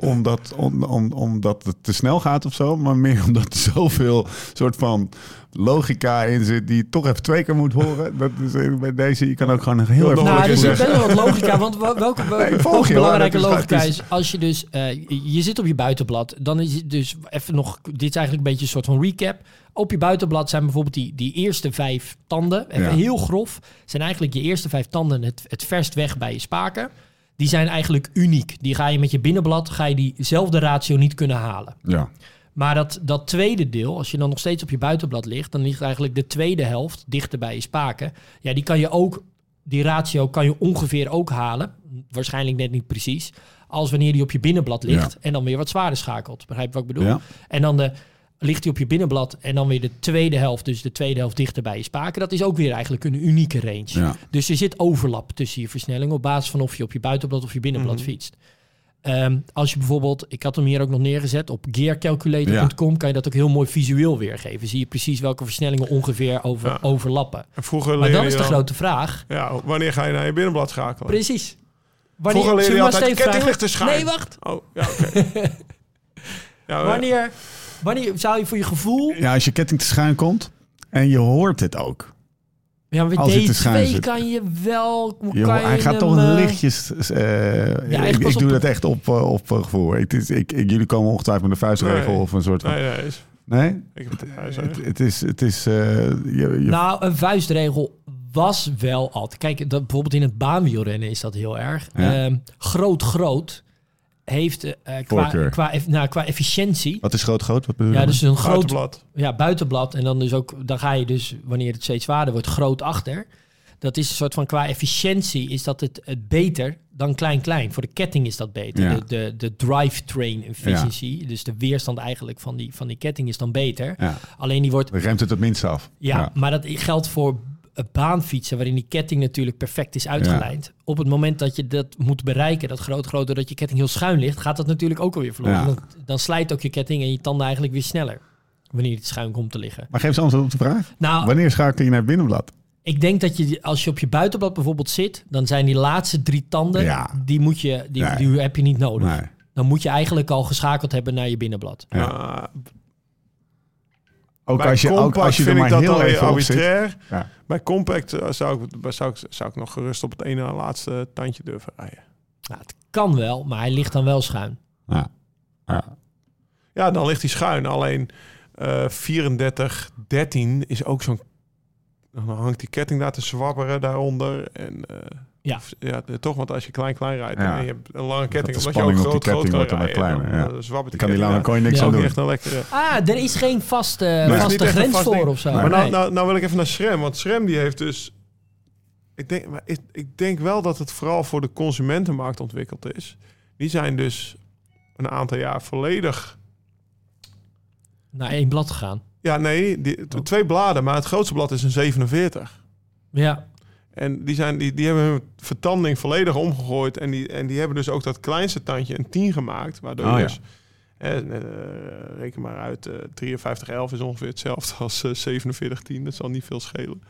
omdat het te snel gaat of zo, maar meer omdat er zoveel soort van logica in zit die je toch even 2 keer moet horen. Dat is bij deze, je kan ook gewoon heel even Nou, er er zit zeggen. best wel wat logica. Want welke ik volg je, belangrijke hoor. Dat is- logica het is... als je dus... je zit op je buitenblad. Dan is het dus even nog... Dit is eigenlijk een beetje een soort van recap. Op je buitenblad zijn bijvoorbeeld die eerste 5 tanden. Even Ja. heel grof. Zijn eigenlijk je eerste 5 tanden het verst weg bij je spaken. Die zijn eigenlijk uniek. Die ga je met je binnenblad... ga je diezelfde ratio niet kunnen halen. Ja. Maar dat tweede deel, als je dan nog steeds op je buitenblad ligt... dan ligt eigenlijk de tweede helft dichter bij je spaken. Ja, die kan je ook... Die ratio kan je ongeveer ook halen. Waarschijnlijk net niet precies. Als wanneer die op je binnenblad ligt... Ja. en dan weer wat zwaarder schakelt. Begrijp je wat ik bedoel? Ja. En dan ligt hij op je binnenblad... en dan weer de tweede helft, dus de tweede helft dichter bij je spaken. Dat is ook weer eigenlijk een unieke range. Ja. Dus er zit overlap tussen je versnelling... op basis van of je op je buitenblad of je binnenblad fietst. Als je bijvoorbeeld, ik had hem hier ook nog neergezet... op gearcalculator.com kan je dat ook heel mooi visueel weergeven. Zie je precies welke versnellingen ongeveer overlappen. En vroeger Maar leerde dan je is de grote vraag... Ja, wanneer ga je naar je binnenblad schakelen? Precies. Vroeger leerde zullen je we maar altijd Steven ketting ligt vragen? te schuin. Nee, wacht. Oh, ja, oké. Ja, Wanneer zou je voor je gevoel... Ja, als je ketting te schuin komt en je hoort het ook. Ja, maar Als hij te schuin D2 zit. kan je wel... Je, kan je hij gaat hem, toch een lichtjes... echt ik pas doe op- dat echt op gevoel. Jullie komen ongetwijfeld met een vuistregel Nee. of een soort van... nee. Nee? Ik heb het, Het is je Nou, een vuistregel was wel altijd... Kijk, dat, bijvoorbeeld in het baanwielrennen is dat heel erg. Ja. Groot heeft Voorkeur. qua efficiëntie... Wat is groot? Wat bedoel je? Ja, dus een groot buitenblad. buitenblad. En dan dus ook, dan ga je dus, wanneer het steeds zwaarder wordt, groot achter. Dat is een soort van, qua efficiëntie is dat het beter dan klein. Voor de ketting is dat beter. Ja. De drivetrain efficiency, dus de weerstand eigenlijk van die ketting is dan beter. Ja. Alleen die wordt, Dan remt het minst af. ja, maar dat geldt voor baanfietsen, waarin die ketting natuurlijk perfect is uitgelijnd. Op het moment dat je dat moet bereiken, dat groot, doordat je ketting heel schuin ligt, gaat dat natuurlijk ook alweer verloren. Ja. Dan slijt ook je ketting en je tanden eigenlijk weer sneller, wanneer het schuin komt te liggen. Maar geef eens antwoord op de vraag. Nou, Wanneer schakel je naar het binnenblad? ik denk dat je, als je op je buitenblad bijvoorbeeld zit, dan zijn die laatste 3 tanden, Ja. die Nee. heb je niet nodig. Nee. Dan moet je eigenlijk al geschakeld hebben naar je binnenblad. Ja. Uh, Ook bij als je, ook compact als je er vind ik maar dat heel dan weer even op zit. arbitrair. Ja. Bij compact zou ik nog gerust op het ene na laatste tandje durven rijden. Nou, het kan wel, maar hij ligt dan wel schuin. Ja. Ja. Ja, dan ligt hij schuin. Alleen 34-13 is ook zo'n dan hangt die ketting daar te zwabberen daaronder. En Ja. toch, want als je klein rijdt Ja. en je hebt een lange ketting, de omdat je ook spanning op die groot ketting wordt dan rijden, weer kleiner, dan zwabbert die Kan die ketting lange kon je niks Ja. aan ook doen. echt een lekkere... Er is geen vaste is niet echt een grens vast voor ding. of zo. Maar Nee. nou wil ik even naar SRAM, want SRAM die heeft dus... Ik denk wel dat het vooral voor de consumentenmarkt ontwikkeld is. Die zijn dus een aantal jaar volledig... Naar 1 blad gegaan. Ja, nee, 2 bladen, maar het grootste blad is een 47. Ja. En die hebben hun vertanding volledig omgegooid. En die hebben dus ook dat kleinste tandje een 10 gemaakt. Waardoor je dus... reken maar uit, 5311 is ongeveer hetzelfde als 4710. Dat zal niet veel schelen.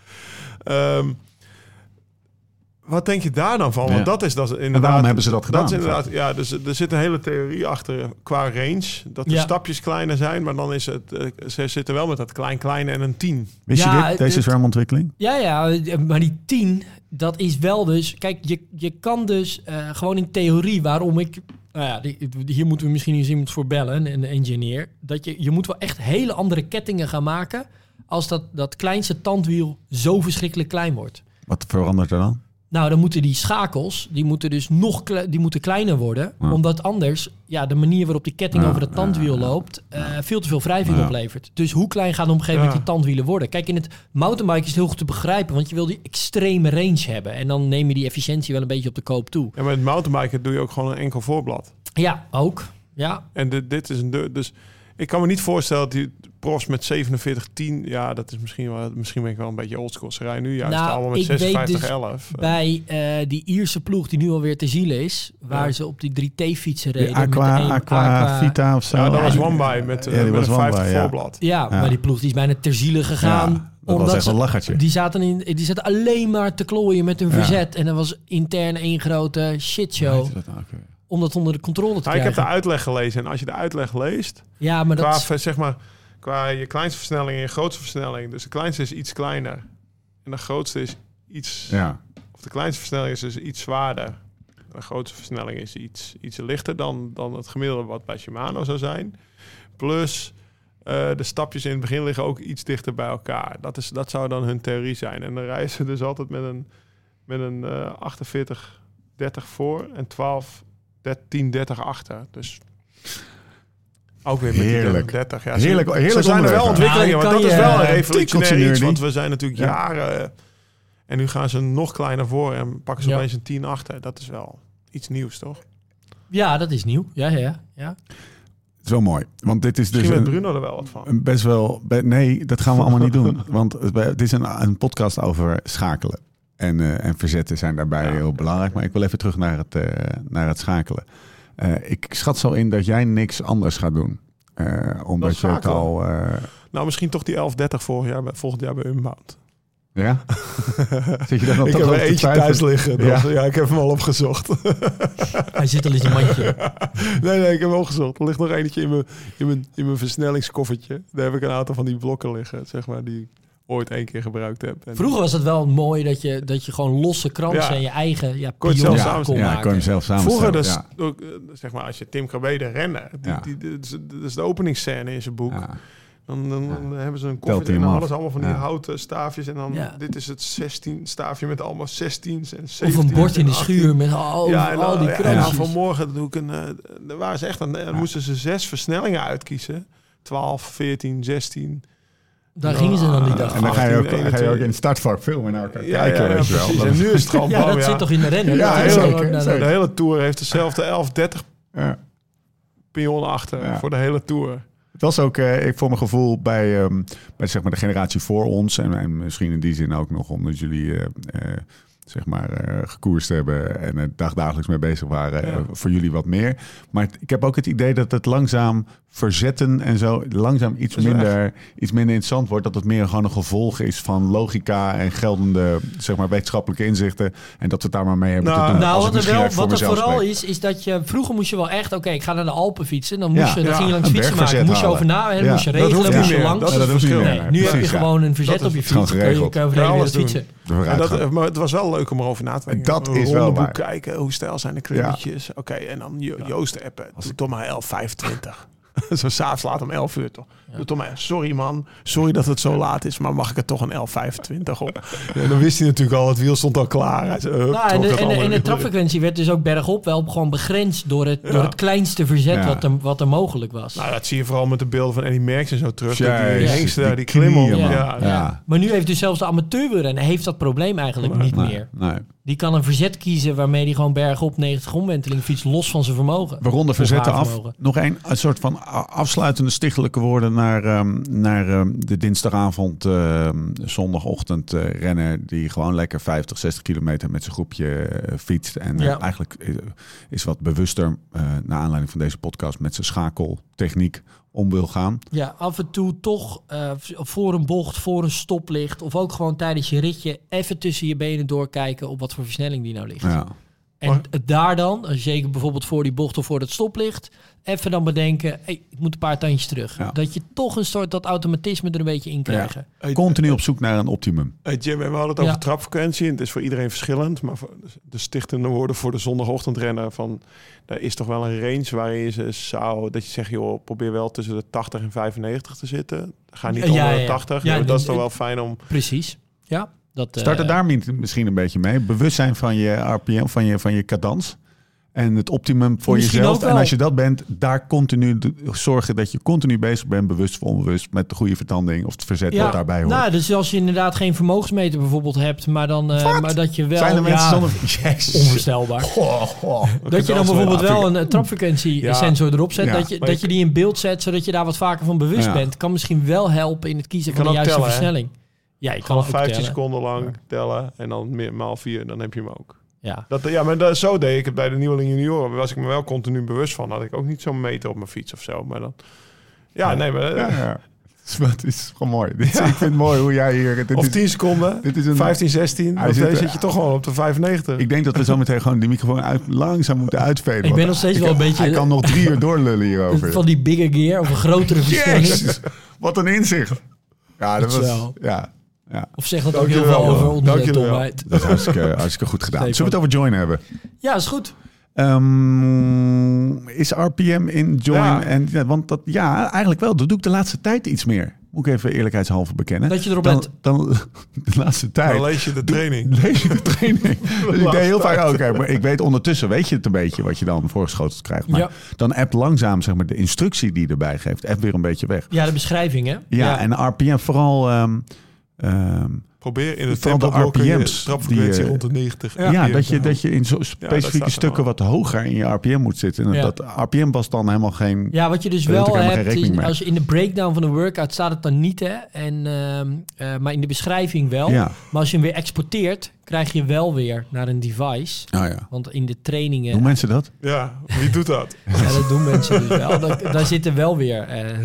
Wat denk je daar dan van? Ja. Want dat is inderdaad... En waarom hebben ze dat gedaan? Dat is inderdaad, ja, dus er zit een hele theorie achter qua range. Dat de stapjes kleiner zijn, maar dan is het... ze zitten wel met dat klein en een 10. Wist je dit, deze SRAM-ontwikkeling? Ja, maar die 10, dat is wel dus... Kijk, je kan dus gewoon in theorie, waarom ik... hier moeten we misschien eens iemand voor bellen, een engineer. Dat je moet wel echt hele andere kettingen gaan maken... als dat kleinste tandwiel zo verschrikkelijk klein wordt. Wat verandert er dan? Nou, dan moeten die schakels, die moeten dus die moeten kleiner worden. Ja. Omdat anders, de manier waarop die ketting over het tandwiel loopt... veel te veel wrijving oplevert. Dus hoe klein gaan op een gegeven moment die tandwielen worden? Kijk, in het mountainbike is het heel goed te begrijpen... want je wil die extreme range hebben. En dan neem je die efficiëntie wel een beetje op de koop toe. Ja, maar met mountainbiken doe je ook gewoon een enkel voorblad. Ja, ook. Ja. En dit is een deur. Dus ik kan me niet voorstellen dat die profs met 4710... Ja, dat is misschien ben ik wel een beetje oldschool. Ze rijden nu juist allemaal met 5611. Bij die Ierse ploeg die nu alweer te zielen is... waar ze op die 3T-fietsen reden. Aqua Vita of zo. Ja, dat was One-By met een 50 voorblad. Ja, maar die ploeg die is bijna ter ziele gegaan. Ja, dat was echt een lachertje. Die zaten alleen maar te klooien met hun verzet. En dat was intern één grote shitshow. Om dat onder de controle te krijgen. Ik heb de uitleg gelezen. En als je de uitleg leest... Ja, maar qua je kleinste versnelling en je grootste versnelling. Dus de kleinste is iets kleiner. En de grootste is iets... Ja. Of de kleinste versnelling is dus iets zwaarder. De grootste versnelling is iets lichter dan het gemiddelde wat bij Shimano zou zijn. Plus de stapjes in het begin liggen ook iets dichter bij elkaar. Dat zou dan hun theorie zijn. En dan rijden ze dus altijd met een 48-30 voor en 10-30 achter. Dus ook weer met heerlijk. Die 30. Ja, Heerlijk zo zijn er wel ontwikkelingen, want dat is wel een revolutionair iets. Want we zijn natuurlijk Ja. jaren... En nu gaan ze nog kleiner voor en pakken ze Ja. opeens een 10 achter. Dat is wel iets nieuws, toch? Ja, dat is nieuw. Ja. Het is wel mooi. Want dit is dus Misschien weet Bruno er wel wat van. best wel... Nee, dat gaan we allemaal niet doen. Want het is een podcast over schakelen. En verzetten zijn daarbij heel belangrijk. Maar ik wil even terug naar het schakelen. Ik schat zo in dat jij niks anders gaat doen. Omdat je het al... Nou, misschien toch die 1130 volgend jaar bij Unbound. Ja? Zit je daar dan Ik toch heb over er te eentje twijfelen? thuis liggen. Ja. Ja, ik heb hem al opgezocht. Hij zit al in zijn mandje. Nee, ik heb hem opgezocht. Er ligt nog eentje in mijn versnellingskoffertje. Daar heb ik een aantal van die blokken liggen, zeg maar, die ik ooit 1 keer gebruikt heb. En Vroeger was het wel mooi dat je gewoon losse kransen Ja. en je eigen Kon je pion zelf kon Ja, maken. kon je hem zelf samenstellen. vroeger, dus, Ja. ook, zeg maar, als je Tim Krabbe, de renner, Ja. dat is de openingsscène in zijn boek. Ja. Dan hebben ze een Telt koffer hij en hem dan af. hadden ze allemaal van die Ja. houten staafjes. En dan, Ja. dit is het 16 staafje met allemaal 16's en 17's. Of een bord in de en 18's. schuur met al die en dan kransjes. vanmorgen doe ik daar waren ze echt dan moesten ze 6 versnellingen uitkiezen. 12, 14, 16. Daar gingen ze dan die dag. En dan ga je ook 18, in het startvak filmen naar elkaar Ja, kijken. weet je wel. precies. Dat En is- nu is het gewoon Ja, bam, dat zit toch in de renner? Ja, Dat is zeker, gewoon naar de- zeker. De hele Tour heeft dezelfde 11-30 Ja. pion achter Ja. voor de hele Tour. Het was ook, voor mijn gevoel, bij zeg maar de generatie voor ons... en misschien in die zin ook nog omdat jullie zeg maar gekoerst hebben... en er dagdagelijks mee bezig waren, voor jullie wat meer. Maar ik heb ook het idee dat het langzaam verzetten en zo... langzaam iets minder interessant wordt. Dat het meer gewoon een gevolg is van logica... en geldende zeg maar, wetenschappelijke inzichten... en dat we het daar maar mee hebben te doen. Nou, Als ik misschien even voor wat er mezelf vooral spreek. is dat je... Vroeger moest je wel echt... Oké, ik ga naar de Alpen fietsen. Dan, moest Ja. je, dan ging je langs Een fietsen maken. bergverzet Moest je over halen. na, Ja. moest je Dat regelen, hoeft moest niet je meer. langs. Dat is dat hoeft niet verschil. meer. Nee, nu heb je Precies, ja. gewoon een verzet Dat op je is fiets. Dan kun je geregeld. over de hele alles wereld doen. fietsen. Maar het was wel leuk om erover na te denken. Dat Een is wel rondeboek waar. kijken, hoe stijl zijn de klimmetjes. Oké, en dan Joost appen. Doe toch maar 11,25. Zo 's'avonds laat om 11 uur toch. Doe toch maar, sorry man, sorry dat het zo laat is, maar mag ik er toch een 11:25 op? En dan wist hij natuurlijk al, het wiel stond al klaar. Hij zei, en de trapfrequentie werd dus ook bergop wel gewoon begrensd door het kleinste verzet wat er mogelijk was. Nou, dat zie je vooral met de beelden van Eddy Merckx en zo terug. Jezus, die hengsten daar, die knieën, klimmen. man. Ja. Maar nu heeft dus zelfs de amateurwielrenner heeft dat probleem eigenlijk niet meer. Nee. Die kan een verzet kiezen waarmee hij gewoon bergop 90 omwenteling fietst los van zijn vermogen. We ronden verzetten af. Nog een soort van afsluitende stichtelijke woorden naar de dinsdagavond, zondagochtend renner die gewoon lekker 50, 60 kilometer met zijn groepje fietst. En eigenlijk is wat bewuster naar aanleiding van deze podcast met zijn schakeltechniek om wil gaan. Ja, af en toe toch voor een bocht, voor een stoplicht of ook gewoon tijdens je ritje even tussen je benen doorkijken op wat voor versnelling die nou ligt. Ja. En daar dan, zeker bijvoorbeeld voor die bocht of voor het stoplicht, even dan bedenken, ik moet een paar tandjes terug. Ja. Dat je toch een soort dat automatisme er een beetje in krijgt. Ja. Continu op zoek naar een optimum. Jim, we hadden het over trapfrequentie. En het is voor iedereen verschillend. Maar de stichtende woorden voor de zondagochtendrenner van, daar is toch wel een range waarin je zou, dat je zegt, joh, probeer wel tussen de 80 en 95 te zitten. Ga niet onder de 80. Ja, dat is toch wel fijn om... Precies, ja. Start er daar misschien een beetje mee. Bewustzijn van je RPM, van je cadans. En het optimum voor jezelf. En als je dat bent, daar continu zorgen dat je continu bezig bent, bewust of onbewust, met de goede vertanding of het verzet wat daarbij hoort. Nou, dus als je inderdaad geen vermogensmeter bijvoorbeeld hebt, maar dan maar dat je wel... Zijn er mensen zonder... Onvoorstelbaar. Dat je dan bijvoorbeeld wel een trapfrequentiesensor erop zet, dat je die in beeld zet, zodat je daar wat vaker van bewust bent. Kan misschien wel helpen in het kiezen van de juiste versnelling. Ja, je kan 15 seconden lang tellen en dan maal 4, dan heb je hem ook. Ja, maar zo deed ik het bij de Nieuweling Junioren. Was ik me wel continu bewust van. Had ik ook niet zo'n meter op mijn fiets of zo. Maar dan... Het is gewoon mooi. Ik vind het mooi hoe jij hier... Of 10 seconden, 15, 16. Dan zit je toch gewoon op de 95. Ik denk dat we zo meteen gewoon die microfoon langzaam moeten uitveden. Ik ben nog steeds wel een beetje... Hij kan nog 3 uur doorlullen hierover. Van die bigger gear of een grotere versnelling. Wat een inzicht. Ja, dat was... Ja. Of zeg dat ook heel veel over onze domheid. Dat is hartstikke goed gedaan. Zullen we het over Join hebben? Ja, is goed. Is RPM in Join? Ja. Want eigenlijk wel. Dat doe ik de laatste tijd iets meer. Moet ik even eerlijkheidshalve bekennen. Dat je erop bent. Dan de laatste tijd. Dan lees je de training. Dus ik deed heel vaak ook. Maar ik weet ondertussen, weet je het een beetje wat je dan voorgeschoteld krijgt. Maar dan appt langzaam zeg maar, de instructie die je erbij geeft. Appt weer een beetje weg. Ja, de beschrijving hè? Ja, en RPM vooral... probeer in de tempoblokken je trapfrequentie rond de 90. Dat je in zo specifieke stukken wat hoger in je RPM moet zitten. En dat RPM was dan helemaal geen... Ja, wat je dus wel hebt, is, als je in de breakdown van de workout staat het dan niet, hè? Maar in de beschrijving wel. Ja. Maar als je hem weer exporteert, krijg je wel weer naar een device. Want in de trainingen... Doen mensen dat? Ja, wie doet dat? Ja, dat doen mensen dus wel. Daar zitten wel weer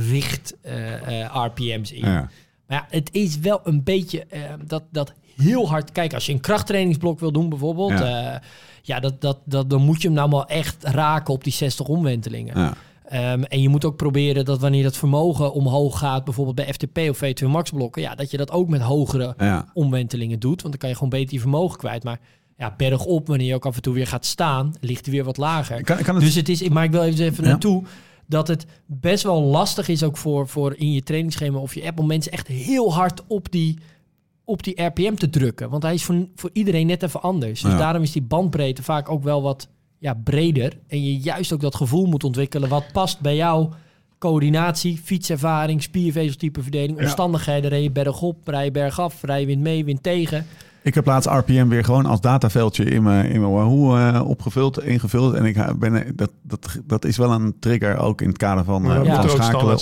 RPM's in. Ja. Maar ja, het is wel een beetje dat heel hard... Kijk, als je een krachttrainingsblok wil doen bijvoorbeeld... dan moet je hem nou maar echt raken op die 60 omwentelingen. Ja. En je moet ook proberen dat wanneer dat vermogen omhoog gaat... bijvoorbeeld bij FTP of V2 Max blokken... dat je dat ook met hogere omwentelingen doet. Want dan kan je gewoon beter je vermogen kwijt. Maar bergop, wanneer je ook af en toe weer gaat staan... ligt hij weer wat lager. Dus het is... Maar ik wil even naartoe... dat het best wel lastig is ook voor in je trainingsschema of je app... om mensen echt heel hard op die RPM te drukken. Want hij is voor iedereen net even anders. Dus daarom is die bandbreedte vaak ook wel wat breder. En je juist ook dat gevoel moet ontwikkelen... wat past bij jouw coördinatie, fietservaring, spiervezeltype verdeling... omstandigheden, rij je bergop, rij je bergaf, rij je wind mee, wind tegen... Ik heb laatst RPM weer gewoon als dataveldje in mijn Wahoo ingevuld. En dat is wel een trigger ook in het kader van schakelen.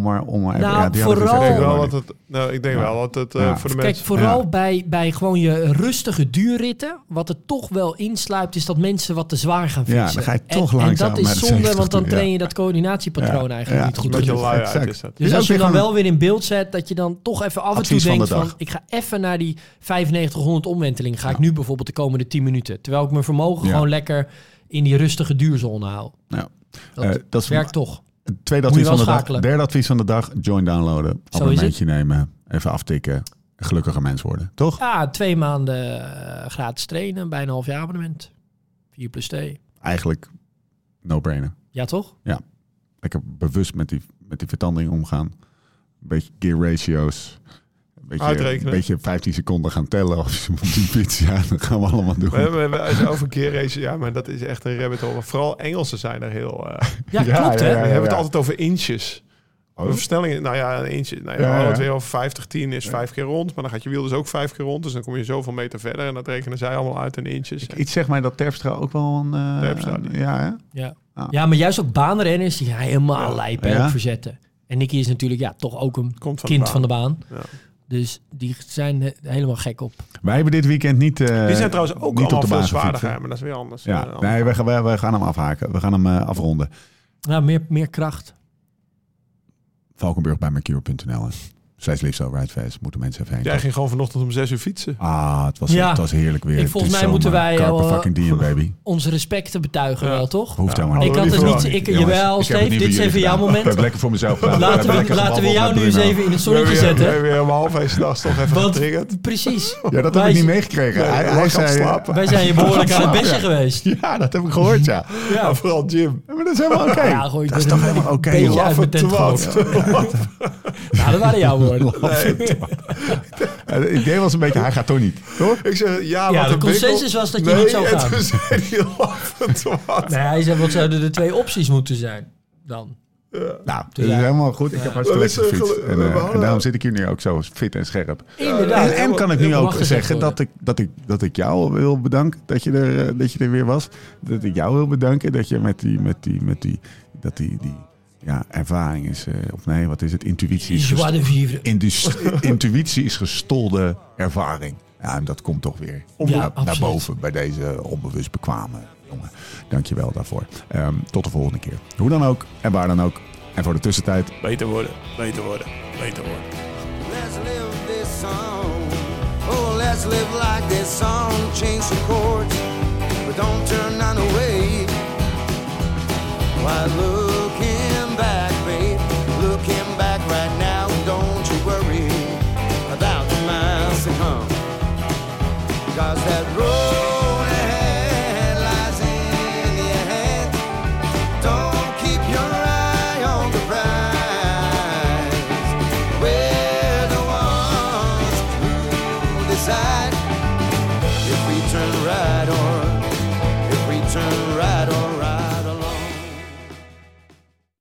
Ik denk wel dat het voor de mensen... Kijk, vooral bij gewoon je rustige duurritten. Wat er toch wel insluipt, is dat mensen wat te zwaar gaan fietsen. Ja, dan ga je toch langzaam. En dat is zonde, want dan train je dat coördinatiepatroon eigenlijk niet goed. Dat je lui uit is dat. Dus als je dan wel weer in beeld zet, dat je dan toch even af en toe denkt van... ik ga even naar die 9500 omwenteling ga ik nu bijvoorbeeld de komende 10 minuten. Terwijl ik mijn vermogen gewoon lekker in die rustige duurzone hou. Ja. Dat werkt toch. Tweede advies van de dag. Derde advies van de dag. Join downloaden. Abonnementje nemen. Even aftikken. Een gelukkiger mens worden. Toch? Ja, 2 maanden gratis trainen. Bijna een half jaar abonnement. 4+2. Eigenlijk no-brainer. Ja, toch? Ja. lekker bewust met die vertanding omgaan. Een beetje gear ratio's. Een beetje 15 seconden gaan tellen op die fiets. Ja, dat gaan we allemaal doen. We hebben over gear race, ja, maar dat is echt een rabbit hole. Vooral Engelsen zijn er heel... Ja, klopt hè? We hebben het altijd over inches. Oh. De versnelling, nou ja, een inch. Nou ja, we hadden het weer over 50-10 is 5 keer rond. Maar dan gaat je wiel dus ook 5 keer rond. Dus dan kom je zoveel meter verder. En dat rekenen zij allemaal uit in inches. Iets zegt mij dat Terpstra ook wel een... Terpstra. Ja, hè? Ja. Ah. Ja, maar juist ook baanrenners die gaan helemaal lijpen Ja. op verzetten. En Nicky is natuurlijk toch ook een Komt van kind de van de baan. Ja. Dus die zijn helemaal gek op. Wij hebben dit weekend niet... Die zijn trouwens ook niet op allemaal de veel baan zwaarder, gefietst, hè? maar dat is weer anders. Ja, nee, we gaan hem afhaken. We gaan hem afronden. Nou, meer kracht. Valkenburg bij Mercure.nl. Zij is liefst zo Ridefest. Moeten mensen even heen. Jij ging gewoon vanochtend om 6 uur fietsen. Het was heerlijk weer. Volgens mij moeten wij fucking Diem, baby. onze respecten betuigen wel, toch? Hoeft helemaal niet. Ik had het niet... Jawel, Steve, dit is even jouw moment. Ik heb lekker voor mezelf gedaan. Laten we jou nu eens even in het zonnetje We zetten. hebben weer om 1:30 s'nachts toch even getriggerd. Precies. Ja, dat heb ik niet meegekregen. Hij zei... slapen. Wij zijn je behoorlijk aan het bestje geweest. Ja, dat heb ik gehoord, ja. Ja, vooral Jim. Maar dat is helemaal oké. Ja, gooi, Dat is toch helemaal oké, Beetje joh. uit mijn tent gegooid. Nou, dat waren jouw woorden. Het idee was een beetje, hij gaat toch niet. Toch? Ik zeg, Ja, de consensus was dat je niet zou gaan. En toen zei hij af en toe wat. Nee, hij zei, wat zouden de 2 opties moeten zijn dan? Nou, dat Dus is ja. helemaal goed. Ik heb hartstikke Dat is lekker gefietst. geluk. En daarom zit ik hier nu ook zo fit en scherp. Inderdaad. En kan ik nu ook zeggen worden. dat ik jou wil bedanken dat je er weer was. Dat ik jou wil bedanken dat je met die ervaring is, of nee, wat is het? Intuïtie is Joie de vivre. intuïtie is gestolde ervaring. Ja, en dat komt toch weer naar absoluut. boven bij deze onbewust bekwame jongen. Dank je wel daarvoor. Tot de volgende keer. Hoe dan ook en waar dan ook. En voor de tussentijd. Beter worden, beter worden, beter worden. Let's live this song. Oh, let's live like this song. Change some chords, but don't turn none away. Why, looking back, babe, looking back right now. Don't you worry about the miles to come, 'cause that road